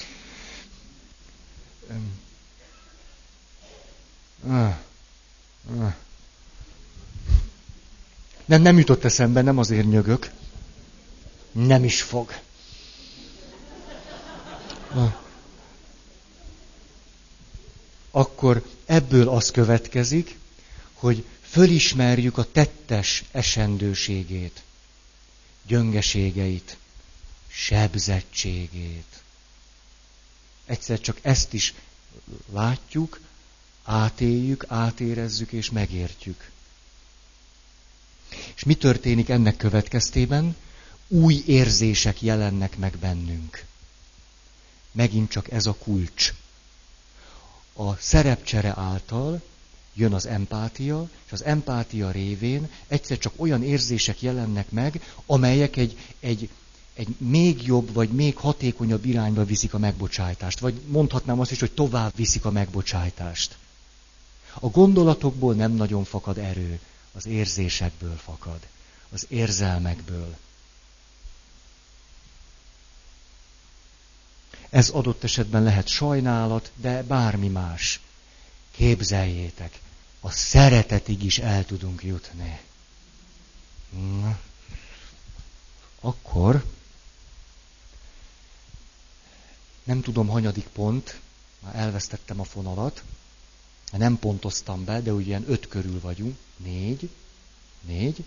Nem jutott eszembe, nem azért nyögök. Nem is fog. Akkor ebből az következik, hogy fölismerjük a tettes esendőségét, gyöngeségeit, sebzettségét. Egyszer csak ezt is látjuk, átéljük, átérezzük és megértjük. És mi történik ennek következtében? Új érzések jelennek meg bennünk. Megint csak ez a kulcs. A szerepcsere által jön az empátia, és az empátia révén egyszer csak olyan érzések jelennek meg, amelyek egy még jobb, vagy még hatékonyabb irányba viszik a megbocsájtást. Vagy mondhatnám azt is, hogy tovább viszik a megbocsájtást. A gondolatokból nem nagyon fakad erő, az érzésekből fakad, az érzelmekből. Ez adott esetben lehet sajnálat, de bármi más. Képzeljétek, a szeretetig is el tudunk jutni. Akkor nem tudom, hanyadik pont, már elvesztettem a fonalat. Nem pontoztam be, de úgy ilyen 5 körül vagyunk. 4.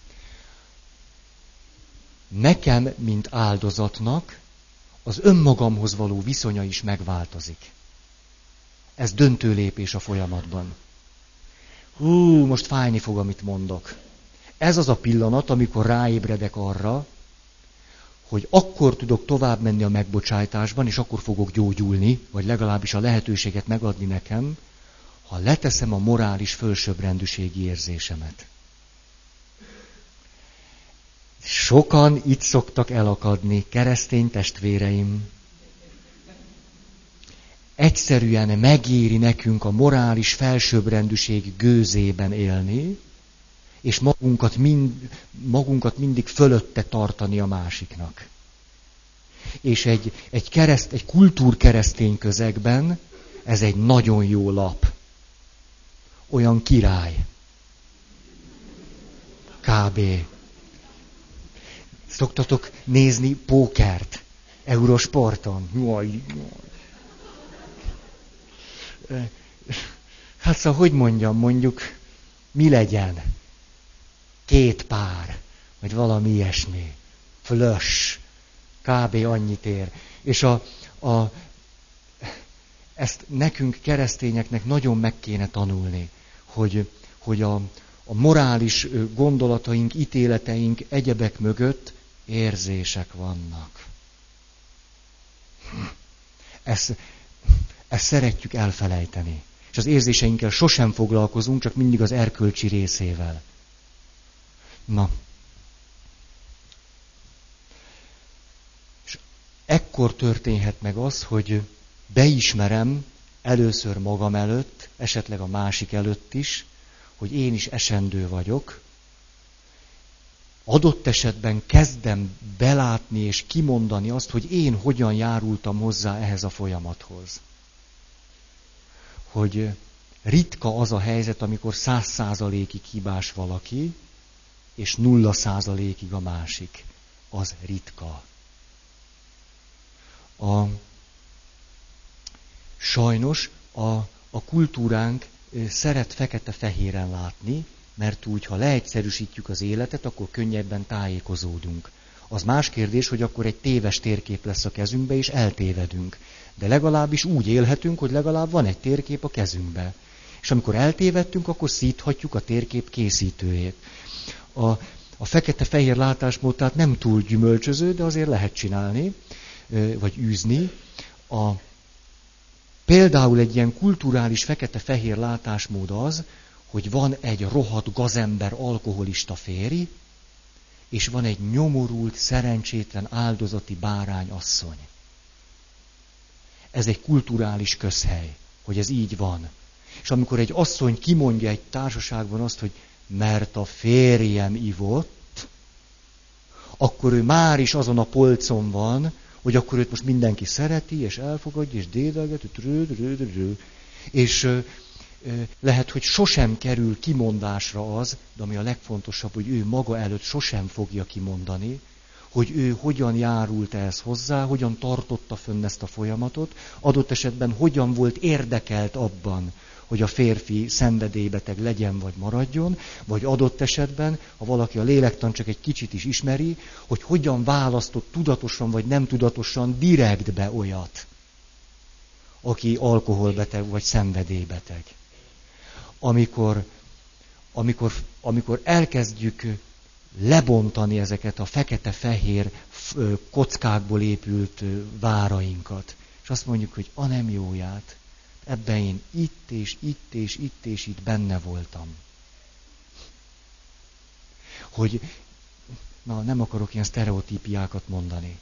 Nekem, mint áldozatnak, az önmagamhoz való viszonya is megváltozik. Ez döntő lépés a folyamatban. Most fájni fog, amit mondok. Ez az a pillanat, amikor ráébredek arra, hogy akkor tudok tovább menni a megbocsájtásban, és akkor fogok gyógyulni, vagy legalábbis a lehetőséget megadni nekem, ha leteszem a morális fölsőbbrendűségi érzésemet. Sokan itt szoktak elakadni, keresztény testvéreim. Egyszerűen megéri nekünk a morális felsőbbrendűség gőzében élni, és magunkat mindig fölötte tartani a másiknak. És egy kultúrkeresztény közegben ez egy nagyon jó lap. Olyan király. Kb. Szoktatok nézni pókert Eurosporton? Hát szóval, hogy mondjuk, mi legyen? 2 pár, vagy valami ilyesmi. Flush. Kb. Annyit ér. És ezt nekünk keresztényeknek nagyon meg kéne tanulni, hogy a morális gondolataink, ítéleteink, egyebek mögött érzések vannak. Ezt szeretjük elfelejteni. És az érzéseinkkel sosem foglalkozunk, csak mindig az erkölcsi részével. Na. És ekkor történhet meg az, hogy beismerem először magam előtt, esetleg a másik előtt is, hogy én is esendő vagyok. Adott esetben kezdem belátni és kimondani azt, hogy én hogyan járultam hozzá ehhez a folyamathoz. Hogy ritka az a helyzet, amikor 100%-ig hibás valaki, és 0%-ig a másik. Az ritka. Sajnos a kultúránk szeret fekete-fehéren látni, mert úgy, ha leegyszerűsítjük az életet, akkor könnyebben tájékozódunk. Az más kérdés, hogy akkor egy téves térkép lesz a kezünkbe, és eltévedünk. De legalábbis úgy élhetünk, hogy legalább van egy térkép a kezünkbe. És amikor eltévedtünk, akkor szíthatjuk a térkép készítőjét. A fekete-fehér látásmód tehát nem túl gyümölcsöző, de azért lehet csinálni, vagy űzni. Például egy ilyen kulturális fekete-fehér látásmód az, hogy van egy rohadt gazember alkoholista férj, és van egy nyomorult, szerencsétlen áldozati bárány asszony. Ez egy kulturális közhely, hogy ez így van. És amikor egy asszony kimondja egy társaságban azt, hogy mert a férjem ivott, akkor ő már is azon a polcon van, hogy akkor őt most mindenki szereti, és elfogadja, és dédelget, és lehet, hogy sosem kerül kimondásra az, de ami a legfontosabb, hogy ő maga előtt sosem fogja kimondani, hogy ő hogyan járult ehhez hozzá, hogyan tartotta fönn ezt a folyamatot, adott esetben hogyan volt érdekelt abban, hogy a férfi szenvedélybeteg legyen vagy maradjon, vagy adott esetben, ha valaki a lélektan csak egy kicsit is ismeri, hogy hogyan választott tudatosan vagy nem tudatosan direktbe olyat, aki alkoholbeteg vagy szenvedélybeteg. Amikor elkezdjük lebontani ezeket a fekete-fehér kockákból épült várainkat, és azt mondjuk, hogy a nem jóját, ebben én itt és itt és itt és itt benne voltam. Hogy, nem akarok ilyen sztereotípiákat mondani.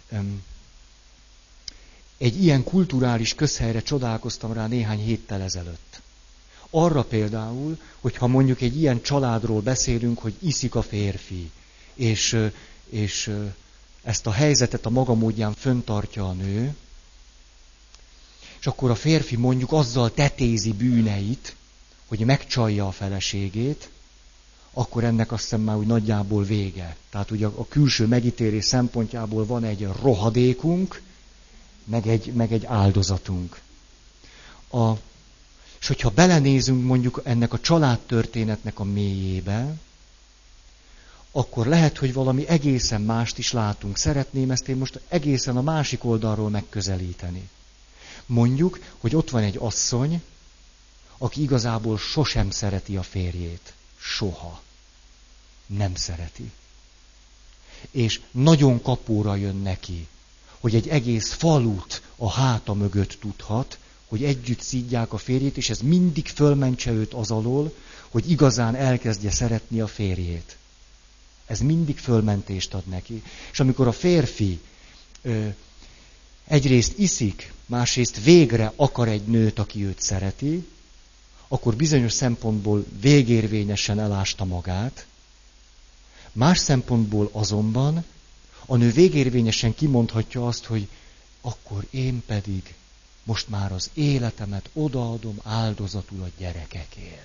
Egy ilyen kulturális közhelyre csodálkoztam rá néhány héttel ezelőtt. Arra például, hogyha mondjuk egy ilyen családról beszélünk, hogy iszik a férfi, és ezt a helyzetet a maga módján föntartja a nő, és akkor a férfi mondjuk azzal tetézi bűneit, hogy megcsalja a feleségét, akkor ennek azt hiszem már úgy nagyjából vége. Tehát ugye a külső megítélés szempontjából van egy rohadékunk, meg egy áldozatunk. hogyha belenézünk mondjuk ennek a családtörténetnek a mélyébe, akkor lehet, hogy valami egészen mást is látunk. Szeretném ezt én most egészen a másik oldalról megközelíteni. Mondjuk, hogy ott van egy asszony, aki igazából sosem szereti a férjét. Soha. Nem szereti. És nagyon kapóra jön neki, hogy egy egész falut a háta mögött tudhat, hogy együtt szidják a férjét, és ez mindig fölmentse őt az alól, hogy igazán elkezdje szeretni a férjét. Ez mindig fölmentést ad neki. És amikor a férfi egyrészt iszik, másrészt végre akar egy nőt, aki őt szereti, akkor bizonyos szempontból végérvényesen elásta magát, más szempontból azonban a nő végérvényesen kimondhatja azt, hogy akkor én pedig most már az életemet odaadom áldozatul a gyerekekért.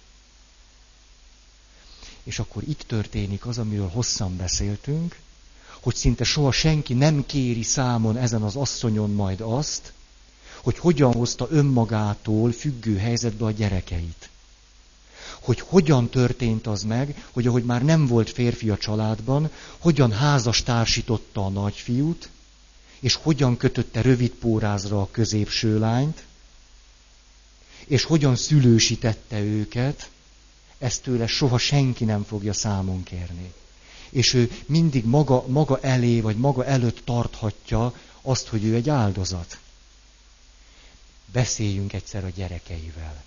És akkor itt történik az, amiről hosszan beszéltünk, hogy szinte soha senki nem kéri számon ezen az asszonyon majd azt, hogy hogyan hozta önmagától függő helyzetbe a gyerekeit. Hogy hogyan történt az meg, hogy ahogy már nem volt férfi a családban, hogyan házastársította a nagyfiút, és hogyan kötötte rövid pórázra a középső lányt, és hogyan szülősítette őket, ezt tőle soha senki nem fogja számon kérni. És ő mindig maga elé, vagy maga előtt tarthatja azt, hogy ő egy áldozat. Beszéljünk egyszer a gyerekeivel.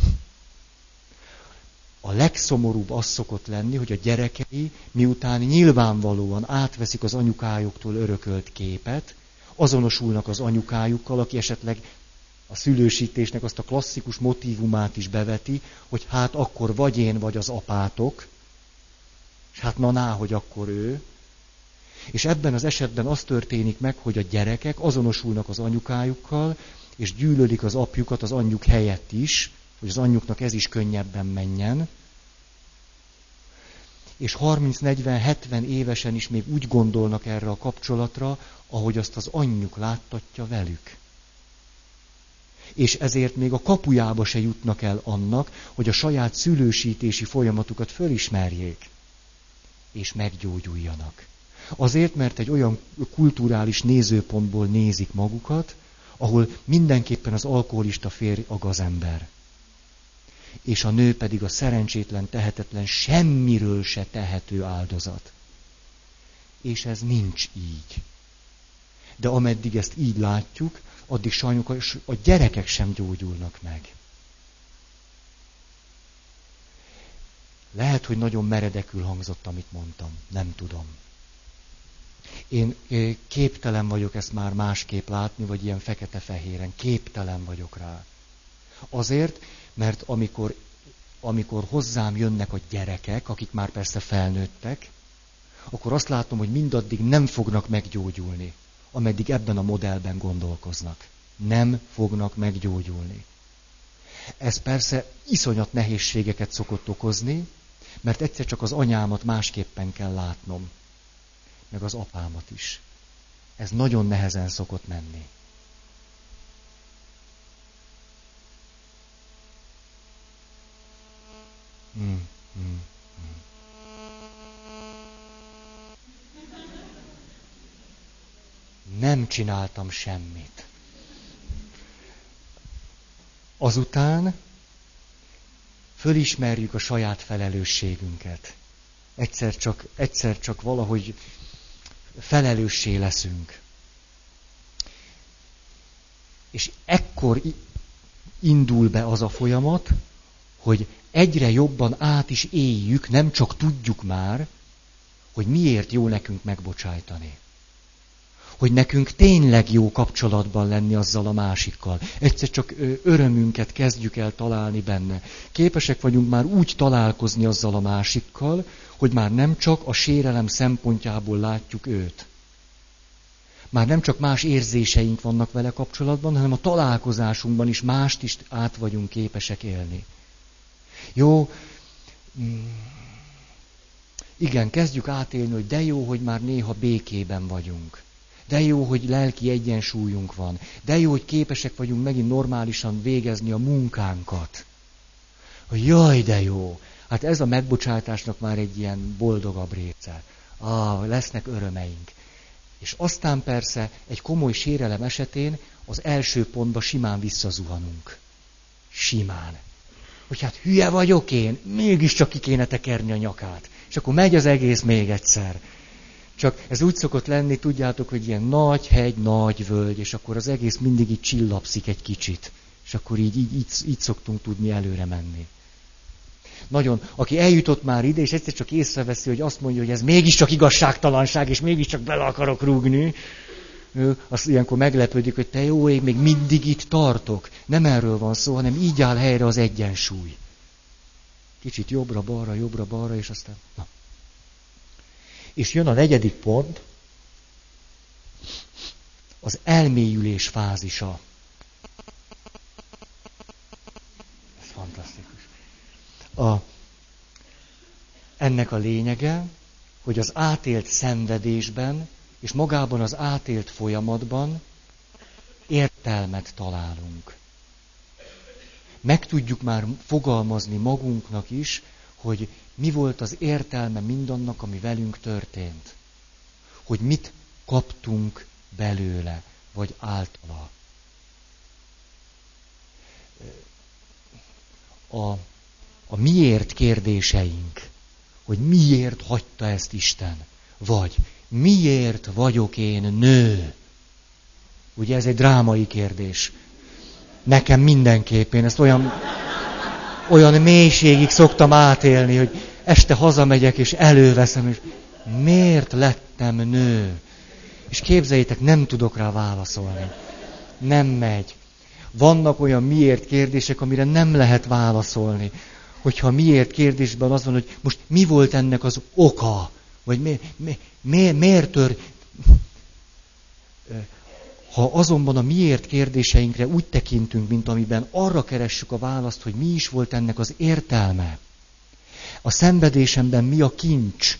A legszomorúbb az szokott lenni, hogy a gyerekei, miután nyilvánvalóan átveszik az anyukájuktól örökölt képet, azonosulnak az anyukájukkal, aki esetleg a szülősítésnek azt a klasszikus motívumát is beveti, hogy hát akkor vagy én, vagy az apátok, és hát na, hogy akkor ő. És ebben az esetben az történik meg, hogy a gyerekek azonosulnak az anyukájukkal, és gyűlölik az apjukat az anyjuk helyett is, hogy az anyjuknak ez is könnyebben menjen. És 30-40-70 évesen is még úgy gondolnak erre a kapcsolatra, ahogy azt az anyjuk láttatja velük. És ezért még a kapujába se jutnak el annak, hogy a saját szülősítési folyamatukat fölismerjék, és meggyógyuljanak. Azért, mert egy olyan kulturális nézőpontból nézik magukat, ahol mindenképpen az alkoholista férj a gazember. És a nő pedig a szerencsétlen, tehetetlen, semmiről se tehető áldozat. És ez nincs így. De ameddig ezt így látjuk, addig sajnos a gyerekek sem gyógyulnak meg. Lehet, hogy nagyon meredekül hangzott, amit mondtam. Nem tudom. Én képtelen vagyok ezt már másképp látni, vagy ilyen fekete-fehéren. Képtelen vagyok rá. Azért, mert amikor hozzám jönnek a gyerekek, akik már persze felnőttek, akkor azt látom, hogy mindaddig nem fognak meggyógyulni, ameddig ebben a modellben gondolkoznak. Nem fognak meggyógyulni. Ez persze iszonyat nehézségeket szokott okozni, mert egyszer csak az anyámat másképpen kell látnom, meg az apámat is. Ez nagyon nehezen szokott menni. Nem csináltam semmit. Azután fölismerjük a saját felelősségünket. Egyszer csak valahogy felelőssé leszünk. És ekkor indul be az a folyamat, hogy egyre jobban át is éljük, nem csak tudjuk már, hogy miért jó nekünk megbocsájtani. Hogy nekünk tényleg jó kapcsolatban lenni azzal a másikkal. Egyszer csak örömünket kezdjük el találni benne. Képesek vagyunk már úgy találkozni azzal a másikkal, hogy már nem csak a sérelem szempontjából látjuk őt. Már nem csak más érzéseink vannak vele kapcsolatban, hanem a találkozásunkban is mást is át vagyunk képesek élni. Jó, igen, kezdjük átélni, hogy de jó, hogy már néha békében vagyunk. De jó, hogy lelki egyensúlyunk van. De jó, hogy képesek vagyunk megint normálisan végezni a munkánkat. Jaj, de jó. Hát ez a megbocsátásnak már egy ilyen boldogabb része. Lesznek örömeink. És aztán persze egy komoly sérelem esetén az első pontba simán visszazuhanunk. Simán. Hogy hát hülye vagyok én, mégiscsak ki kéne tekerni a nyakát. És akkor megy az egész még egyszer. Csak ez úgy szokott lenni, tudjátok, hogy ilyen nagy hegy, nagy völgy, és akkor az egész mindig így csillapszik egy kicsit. És akkor így szoktunk tudni előre menni. Nagyon, aki eljutott már ide, és egyszer csak észreveszi, hogy azt mondja, hogy ez mégiscsak igazságtalanság, és mégiscsak bele akarok rúgni, azt ilyenkor meglepődik, hogy te jó ég, még mindig itt tartok. Nem erről van szó, hanem így áll helyre az egyensúly. Kicsit jobbra-balra, és aztán... Na. És jön a 4. pont, az elmélyülés fázisa. Ez fantasztikus. Ennek a lényege, hogy az átélt szenvedésben és magában az átélt folyamatban értelmet találunk. Meg tudjuk már fogalmazni magunknak is, hogy mi volt az értelme mindannak, ami velünk történt. Hogy mit kaptunk belőle, vagy általa. A miért kérdéseink, hogy miért hagyta ezt Isten, vagy miért vagyok én nő? Ugye ez egy drámai kérdés. Nekem mindenképp, én ezt olyan mélységig szoktam átélni, hogy este hazamegyek és előveszem, és miért lettem nő? És képzeljétek, nem tudok rá válaszolni. Nem megy. Vannak olyan miért kérdések, amire nem lehet válaszolni. Hogyha a miért kérdésben az van, hogy most mi volt ennek az oka, vagy miért Ha azonban a miért kérdéseinkre úgy tekintünk, mint amiben arra keressük a választ, hogy mi is volt ennek az értelme, a szenvedésemben mi a kincs,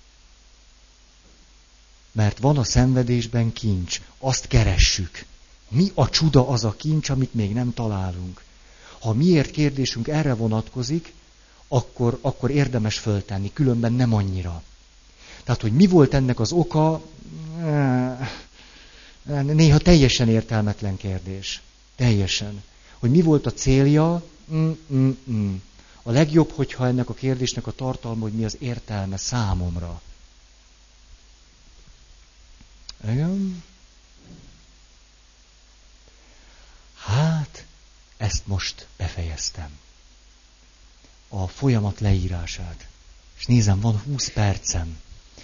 mert van a szenvedésben kincs, azt keressük. Mi a csuda az a kincs, amit még nem találunk. Ha a miért kérdésünk erre vonatkozik, akkor érdemes föltenni, különben nem annyira. Tehát, hogy mi volt ennek az oka, néha teljesen értelmetlen kérdés. Teljesen. Hogy mi volt a célja, A legjobb, hogyha ennek a kérdésnek a tartalma, hogy mi az értelme számomra. Igen? Hát, ezt most befejeztem. A folyamat leírását. És nézem, van 20 percem.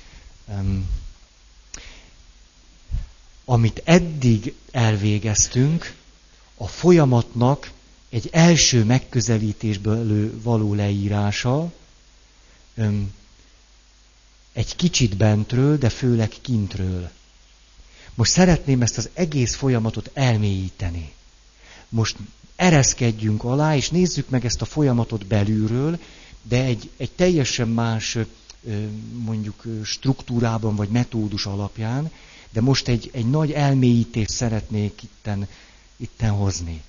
Amit eddig elvégeztünk, a folyamatnak egy első megközelítésből való leírása, egy kicsit bentről, de főleg kintről. Most szeretném ezt az egész folyamatot elmélyíteni. Most ereszkedjünk alá, és nézzük meg ezt a folyamatot belülről, de egy teljesen más, mondjuk struktúrában vagy metódus alapján, de most egy nagy elmélyítést szeretnék itten hozni.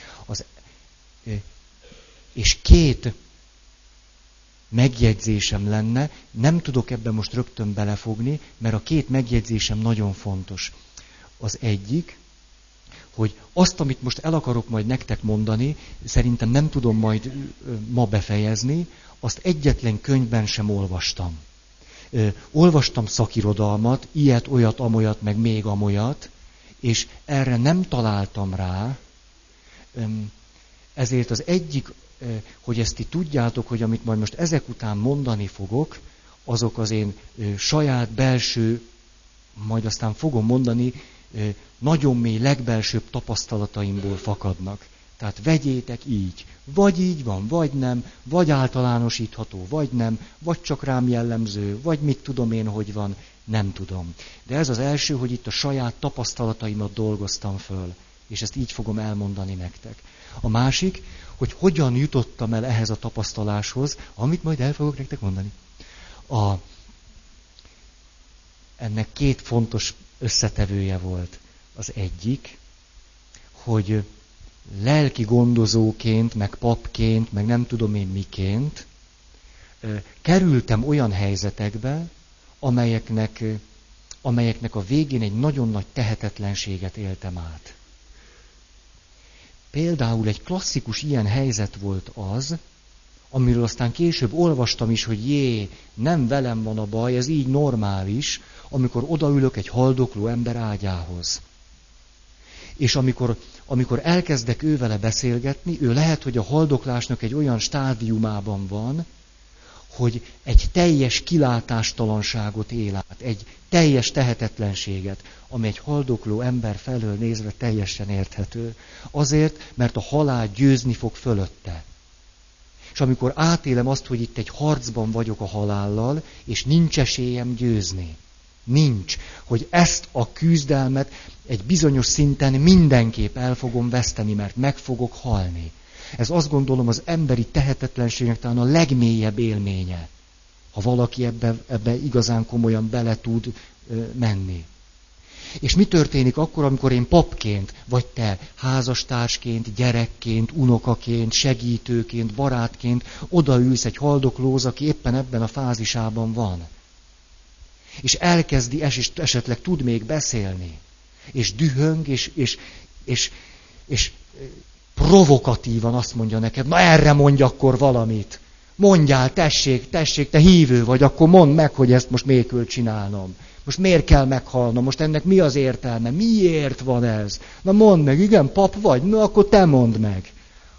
És 2 megjegyzésem lenne, nem tudok ebben most rögtön belefogni, mert a 2 megjegyzésem nagyon fontos. Az egyik, hogy azt, amit most el akarok majd nektek mondani, szerintem nem tudom majd ma befejezni, azt egyetlen könyvben sem olvastam. Olvastam szakirodalmat, ilyet, olyat, amolyat, meg még amolyat, és erre nem találtam rá. Ezért az egyik, hogy ezt ti tudjátok, hogy amit majd most ezek után mondani fogok, azok az én saját belső, majd aztán fogom mondani, nagyon mély, legbelsőbb tapasztalataimból fakadnak. Tehát vegyétek így. Vagy így van, vagy nem, vagy általánosítható, vagy nem, vagy csak rám jellemző, vagy mit tudom én, hogy van, nem tudom. De ez az első, hogy itt a saját tapasztalataimat dolgoztam föl, és ezt így fogom elmondani nektek. A másik, hogy hogyan jutottam el ehhez a tapasztaláshoz, amit majd el fogok nektek mondani. Ennek 2 fontos összetevője volt. Az egyik, hogy lelki gondozóként, meg papként, meg nem tudom én miként kerültem olyan helyzetekbe, amelyeknek a végén egy nagyon nagy tehetetlenséget éltem át. Például egy klasszikus ilyen helyzet volt az, amiről aztán később olvastam is, hogy nem velem van a baj, ez így normális, amikor odaülök egy haldokló ember ágyához. És amikor elkezdek ővele beszélgetni, ő lehet, hogy a haldoklásnak egy olyan stádiumában van, hogy egy teljes kilátástalanságot él át, egy teljes tehetetlenséget, ami egy haldokló ember felől nézve teljesen érthető. Azért, mert a halál győzni fog fölötte. És amikor átélem azt, hogy itt egy harcban vagyok a halállal, és nincs esélyem győzni. Nincs. Hogy ezt a küzdelmet egy bizonyos szinten mindenképp el fogom veszteni, mert meg fogok halni. Ez azt gondolom az emberi tehetetlenségnek talán a legmélyebb élménye, ha valaki ebbe igazán komolyan bele tud menni. És mi történik akkor, amikor én papként, vagy te házastársként, gyerekként, unokaként, segítőként, barátként odaülsz egy haldoklóhoz, aki éppen ebben a fázisában van. És elkezdi, és esetleg tud még beszélni. És dühöng, és provokatívan azt mondja neked, na erre mondj akkor valamit. Mondjál, tessék, te hívő vagy, akkor mondd meg, hogy ezt most miért csinálnom. Most miért kell meghalnom? Most ennek mi az értelme? Miért van ez? Na mondd meg, igen, pap vagy? Na akkor te mondd meg.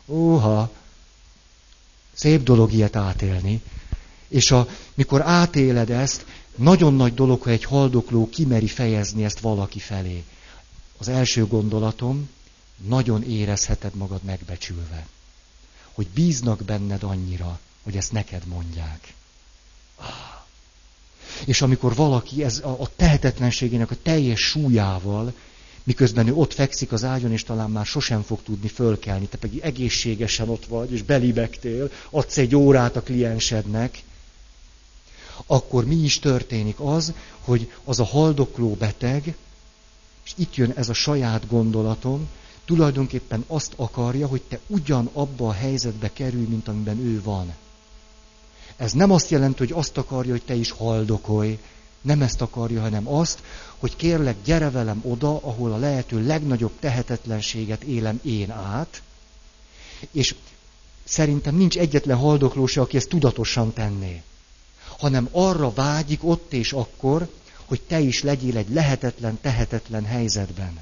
Szép dolog ilyet átélni. És mikor átéled ezt, nagyon nagy dolog, hogy egy haldokló kimeri fejezni ezt valaki felé. Az első gondolatom, nagyon érezheted magad megbecsülve. Hogy bíznak benned annyira, hogy ezt neked mondják. És amikor valaki a tehetetlenségének a teljes súlyával, miközben ő ott fekszik az ágyon, és talán már sosem fog tudni fölkelni, te pedig egészségesen ott vagy, és belibegtél, adsz egy órát a kliensednek, akkor mi is történik az, hogy az a haldokló beteg, és itt jön ez a saját gondolatom, tulajdonképpen azt akarja, hogy te ugyanabba a helyzetbe kerülj, mint amiben ő van. Ez nem azt jelenti, hogy azt akarja, hogy te is haldokolj. Nem ezt akarja, hanem azt, hogy kérlek, gyere velem oda, ahol a lehető legnagyobb tehetetlenséget élem én át, és szerintem nincs egyetlen haldokló se, aki ezt tudatosan tenné, hanem arra vágyik ott és akkor, hogy te is legyél egy lehetetlen, tehetetlen helyzetben.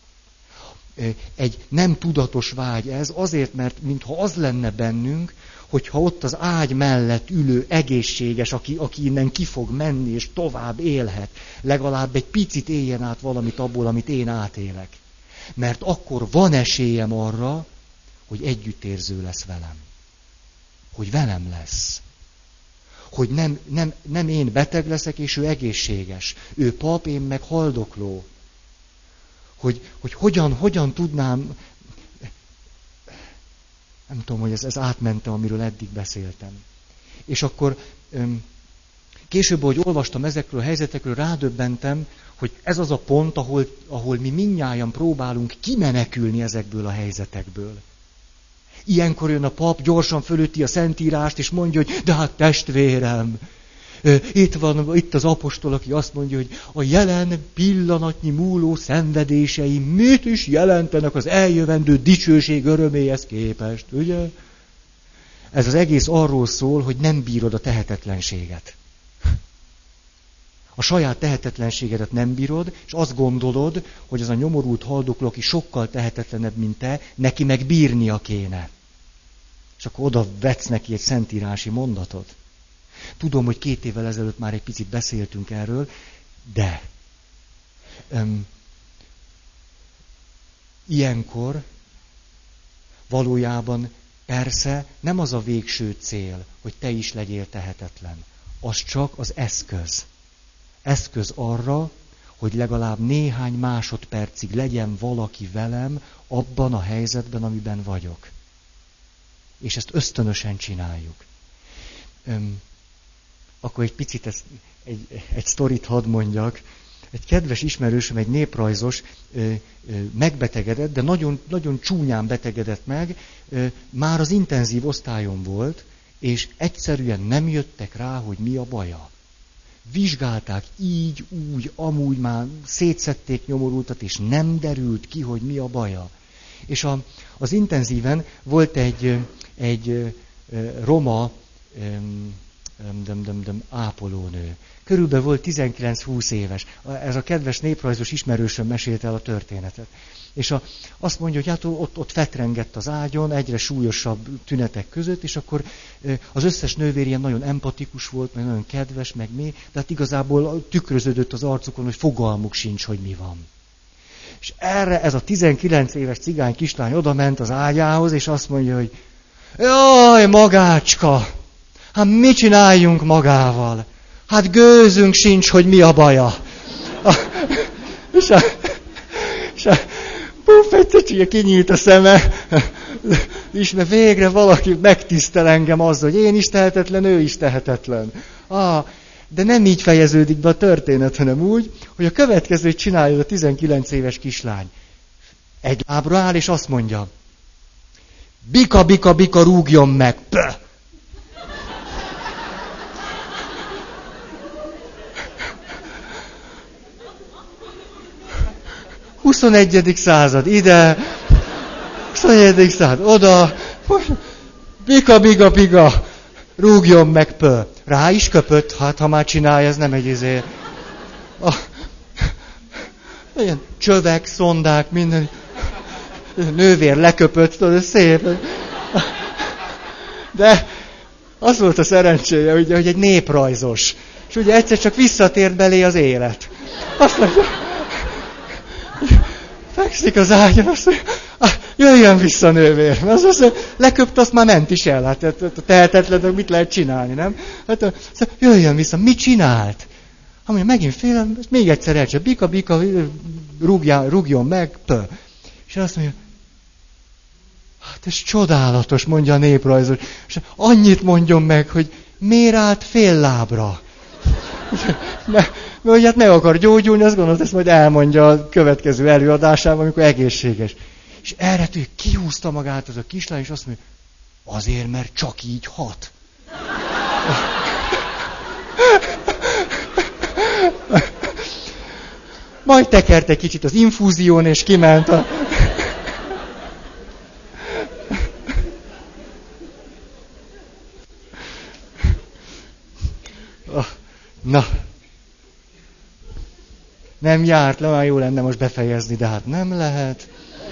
Egy nem tudatos vágy ez, azért, mert mintha az lenne bennünk, hogyha ott az ágy mellett ülő egészséges, aki innen ki fog menni és tovább élhet, legalább egy picit éljen át valamit abból, amit én átélek. Mert akkor van esélyem arra, hogy együttérző lesz velem. Hogy velem lesz. Hogy nem én beteg leszek, és ő egészséges. Ő pap, én meg haldokló. Hogy hogyan tudnám, nem tudom, hogy ez átmente, amiről eddig beszéltem. És akkor később, ahogy olvastam ezekről a helyzetekről, rádöbbentem, hogy ez az a pont, ahol mi mindnyájan próbálunk kimenekülni ezekből a helyzetekből. Ilyenkor jön a pap, gyorsan fölüti a Szentírást, és mondja, hogy de hát testvérem, itt az apostol, aki azt mondja, hogy a jelen pillanatnyi múló szenvedései mit is jelentenek az eljövendő dicsőség öröméhez képest, ugye? Ez az egész arról szól, hogy nem bírod a tehetetlenséget. A saját tehetetlenségedet nem bírod, és azt gondolod, hogy az a nyomorult haldokló, aki sokkal tehetetlenebb, mint te, neki meg bírnia kéne. És akkor oda vetsz neki egy szentírási mondatot. Tudom, hogy 2 évvel ezelőtt már egy picit beszéltünk erről, de ilyenkor valójában persze nem az a végső cél, hogy te is legyél tehetetlen. Az csak az eszköz. Eszköz arra, hogy legalább néhány másodpercig legyen valaki velem abban a helyzetben, amiben vagyok. És ezt ösztönösen csináljuk. Akkor egy picit egy sztorit hadd mondjak. egy kedves ismerősöm, egy néprajzos megbetegedett, de nagyon, nagyon csúnyán betegedett meg, már az intenzív osztályon volt, és egyszerűen nem jöttek rá, hogy mi a baja. Vizsgálták így, úgy, amúgy, már szétszedték nyomorultat, és nem derült ki, hogy mi a baja. És az intenzíven volt egy roma ápolónő. Körülbelül volt 19-20 éves. Ez a kedves néprajzos ismerősöm mesélte el a történetet. És azt mondja, hogy hát ott fetrengett az ágyon, egyre súlyosabb tünetek között, és akkor az összes nővér ilyen nagyon empatikus volt, meg nagyon kedves, meg mi, de hát igazából tükröződött az arcukon, hogy fogalmuk sincs, hogy mi van. És erre ez a 19 éves cigány kislány odament az ágyához, és azt mondja, hogy jaj, magácska, hát mit csináljunk magával? Hát gőzünk sincs, hogy mi a baja. És egyszer kinyílt a szeme, és mert végre valaki megtisztel engem azzal, hogy én is tehetetlen, ő is tehetetlen. De nem így fejeződik be a történet, hanem úgy, hogy a következőt csinálja a 19 éves kislány. Egy lábra áll, és azt mondja, bika, bika, bika, rúgjon meg! Pöh! 21. század ide, 21. század oda, bika, biga, biga, rúgjon meg, pöh. Rá is köpött, hát ha már csinálja, ez nem egy izé. Ilyen csövek, szondák, minden. Nővér leköpött, tudod, szép. De az volt a szerencséje, ugye, hogy egy néprajzos. És ugye egyszer csak visszatért belé az élet. Azt mondja, fekszik az ágyon, azt mondja, jöjjön vissza, nővér. Azt mondja, leköpt, azt már ment is el. Hát tehetetlen, mit lehet csinálni, nem? Hát jöjjön vissza, mit csinált? Mondja, megint félem, még egyszer elcsap, bika, bika, rúgjon meg, pö. És azt mondja, hát ez csodálatos, mondja a néprajzos. És annyit mondjon meg, hogy miért állt fél lábra. Mert hát meg akar gyógyulni, azt gondolod, ezt majd elmondja a következő előadásában, amikor egészséges. És erre kihúzta magát az a kislány, és azt mondja, azért, mert csak így hat. Majd tekerte kicsit az infúzión, és kiment a... Na, nem járt le, már jó lenne most befejezni, de hát nem lehet.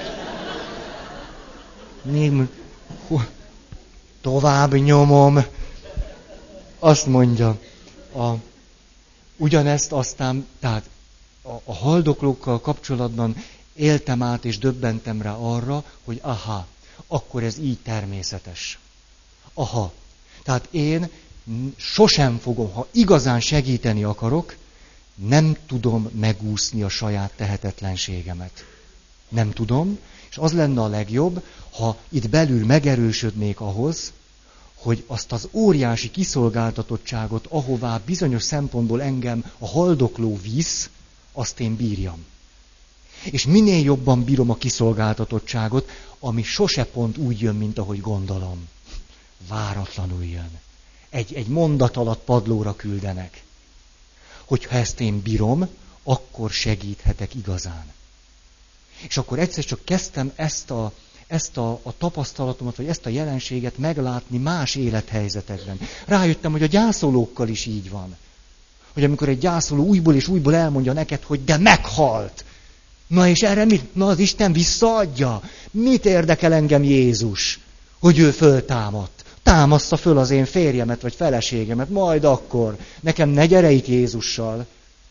Tovább nyomom. Azt mondja, ugyanezt aztán, tehát a haldoklókkal kapcsolatban éltem át és döbbentem rá arra, hogy aha, akkor ez így természetes. Aha, tehát én sosem fogom, ha igazán segíteni akarok, nem tudom megúszni a saját tehetetlenségemet. Nem tudom, és az lenne a legjobb, ha itt belül megerősödnék ahhoz, hogy azt az óriási kiszolgáltatottságot, ahová bizonyos szempontból engem a haldokló visz, azt én bírjam. És minél jobban bírom a kiszolgáltatottságot, ami sose pont úgy jön, mint ahogy gondolom. Váratlanul jön. Egy mondat alatt padlóra küldenek. Hogyha ezt én bírom, akkor segíthetek igazán. És akkor egyszer csak kezdtem ezt a tapasztalatomat, vagy ezt a jelenséget meglátni más élethelyzetekben. Rájöttem, hogy a gyászolókkal is így van. Hogy amikor egy gyászoló újból és újból elmondja neked, hogy de meghalt. Na és erre mit? Na az Isten visszaadja. Mit érdekel engem Jézus, hogy ő föltámadt? Támassza föl az én férjemet, vagy feleségemet, majd akkor. Nekem ne gyere itt Jézussal.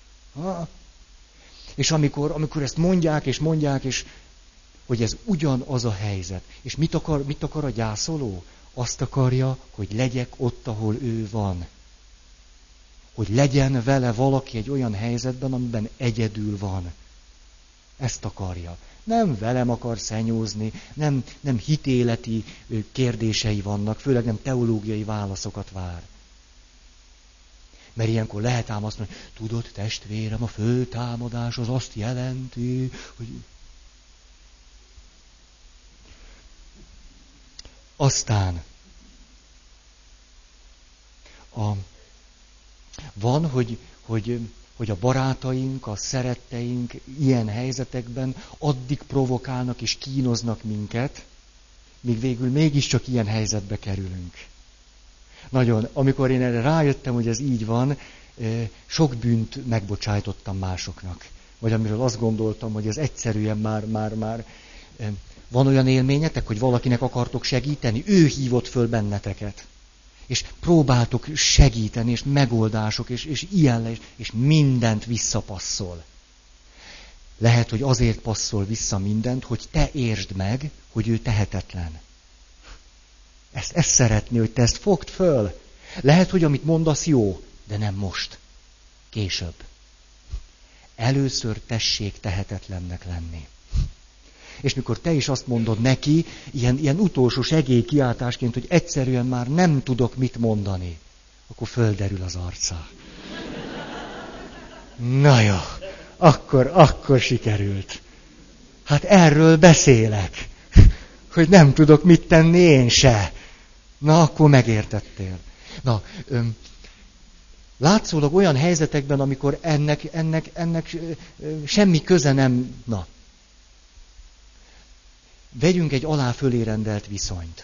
És amikor ezt mondják, és hogy ez ugyanaz a helyzet. És mit akar a gyászoló? Azt akarja, hogy legyek ott, ahol ő van. Hogy legyen vele valaki egy olyan helyzetben, amiben egyedül van. Ezt akarja. Nem velem akar szenyózni, nem hitéleti kérdései vannak, főleg nem teológiai válaszokat vár. Mert ilyenkor lehet ám azt mondani, tudod, testvérem, a föltámadás az azt jelenti, hogy... Aztán van, hogy a barátaink, a szeretteink ilyen helyzetekben addig provokálnak és kínoznak minket, míg végül mégiscsak ilyen helyzetbe kerülünk. Nagyon, amikor én erre rájöttem, hogy ez így van, sok bűnt megbocsájtottam másoknak. Vagy amiről azt gondoltam, hogy ez egyszerűen már... Van olyan élményetek, hogy valakinek akartok segíteni? Ő hívott föl benneteket. És próbáltok segíteni, és megoldások, és ilyen, és mindent visszapasszol. Lehet, hogy azért passzol vissza mindent, hogy te értsd meg, hogy ő tehetetlen. Ezt szeretné, hogy te ezt fogd föl. Lehet, hogy amit mondasz jó, de nem most. Később. Először tessék tehetetlennek lenni. És mikor te is azt mondod neki, ilyen utolsó segélykiáltásként, hogy egyszerűen már nem tudok mit mondani, akkor földerül az arca. Na jó, akkor sikerült. Hát erről beszélek, hogy nem tudok mit tenni én se. Na, akkor megértettél. Na, látszólag olyan helyzetekben, amikor ennek semmi köze nem... Na, vegyünk egy alá fölé rendelt viszonyt.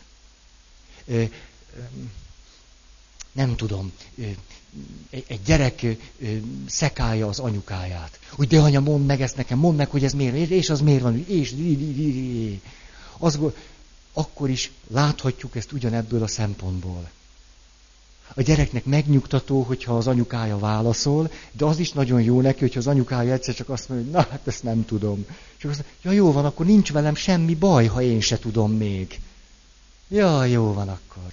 Nem tudom, egy gyerek szekálja az anyukáját. Hogy de anya, mondd meg ezt nekem, mondd meg, hogy ez miért, és az miért van, és... Akkor is láthatjuk ezt ugyanebből a szempontból. A gyereknek megnyugtató, hogyha az anyukája válaszol, de az is nagyon jó neki, hogyha az anyukája egyszer csak azt mondja, hogy na, hát ezt nem tudom. És azt mondja, ja, jó van, akkor nincs velem semmi baj, ha én se tudom még. Ja, jó van akkor.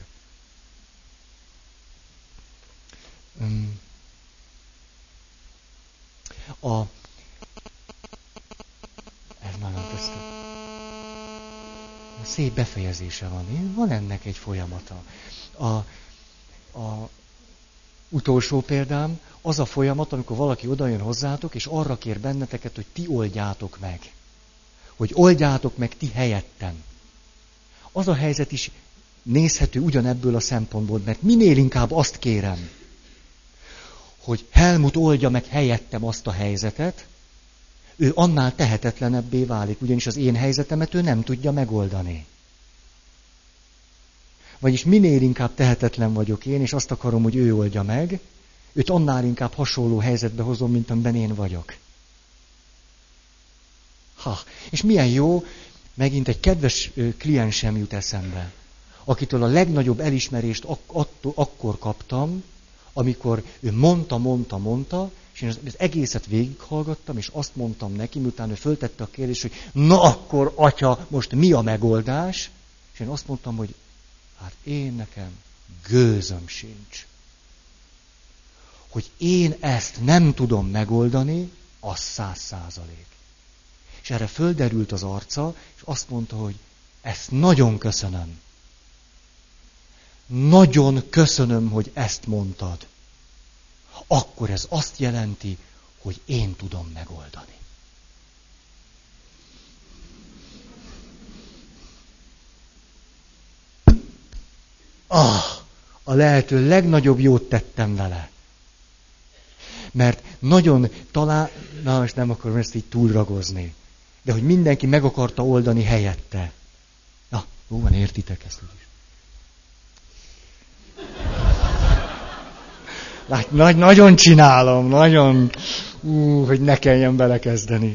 Ez nagyon köszönöm. Szép befejezése van. Van ennek egy folyamata. A utolsó példám, az a folyamat, amikor valaki odajön hozzátok, és arra kér benneteket, hogy ti oldjátok meg. Hogy oldjátok meg ti helyettem. Az a helyzet is nézhető ugyanebből a szempontból, mert minél inkább azt kérem, hogy Helmut oldja meg helyettem azt a helyzetet, ő annál tehetetlenebbé válik, ugyanis az én helyzetemet ő nem tudja megoldani. Vagyis minél inkább tehetetlen vagyok én, és azt akarom, hogy ő oldja meg, őt annál inkább hasonló helyzetbe hozom, mint amiben én vagyok. És milyen jó, megint egy kedves kliensem jut eszembe, akitől a legnagyobb elismerést akkor kaptam, amikor ő mondta, és én az egészet végighallgattam, és azt mondtam neki, miután ő föltette a kérdést, hogy na akkor, atya, most mi a megoldás? És én azt mondtam, hogy hát én nekem gőzöm sincs. Hogy én ezt nem tudom megoldani, az 100%. És erre földerült az arca, és azt mondta, hogy ezt nagyon köszönöm. Nagyon köszönöm, hogy ezt mondtad. Akkor ez azt jelenti, hogy én tudom megoldani. A lehető legnagyobb jót tettem vele. Mert nagyon most nem akarom ezt így túlragozni, de hogy mindenki meg akarta oldani helyette. Na, jó van, értitek ezt úgyis. Nagyon csinálom, hogy ne kelljen belekezdeni.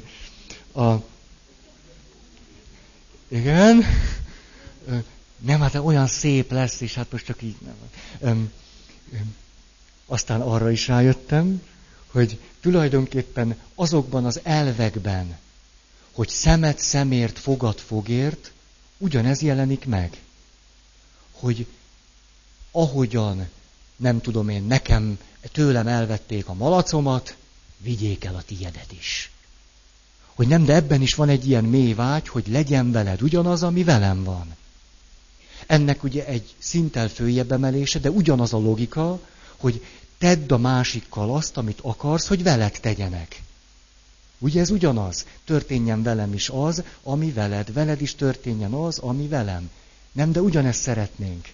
Igen. Nem, hát olyan szép lesz, és hát most csak így nem. Aztán arra is rájöttem, hogy tulajdonképpen azokban az elvekben, hogy szemet szemért, fogad fogért, ugyanez jelenik meg. Hogy ahogyan, nem tudom én, tőlem elvették a malacomat, vigyék el a tiédet is. Hogy nem, de ebben is van egy ilyen mély vágy, hogy legyen veled ugyanaz, ami velem van. Ennek ugye egy szinttel följebb emelése, de ugyanaz a logika, hogy tedd a másikkal azt, amit akarsz, hogy veled tegyenek. Ugye ez ugyanaz? Történjen velem is az, ami veled. Veled is történjen az, ami velem. Nem, de ugyanezt szeretnénk.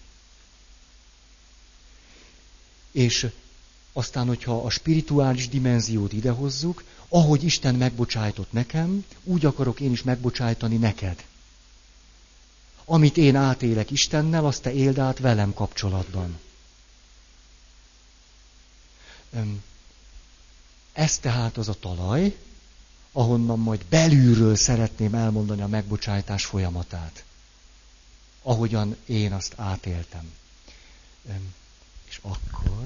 És aztán, hogyha a spirituális dimenziót idehozzuk, ahogy Isten megbocsájtott nekem, úgy akarok én is megbocsájtani neked. Amit én átélek Istennel, azt te éld át velem kapcsolatban. Ez tehát az a talaj, ahonnan majd belülről szeretném elmondani a megbocsájtás folyamatát. Ahogyan én azt átéltem. És akkor...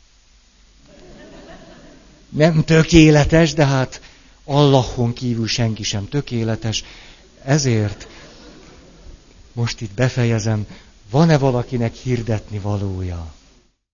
Nem tökéletes, de hát Allahon kívül senki sem tökéletes. Ezért most itt befejezem, van-e valakinek hirdetni valója?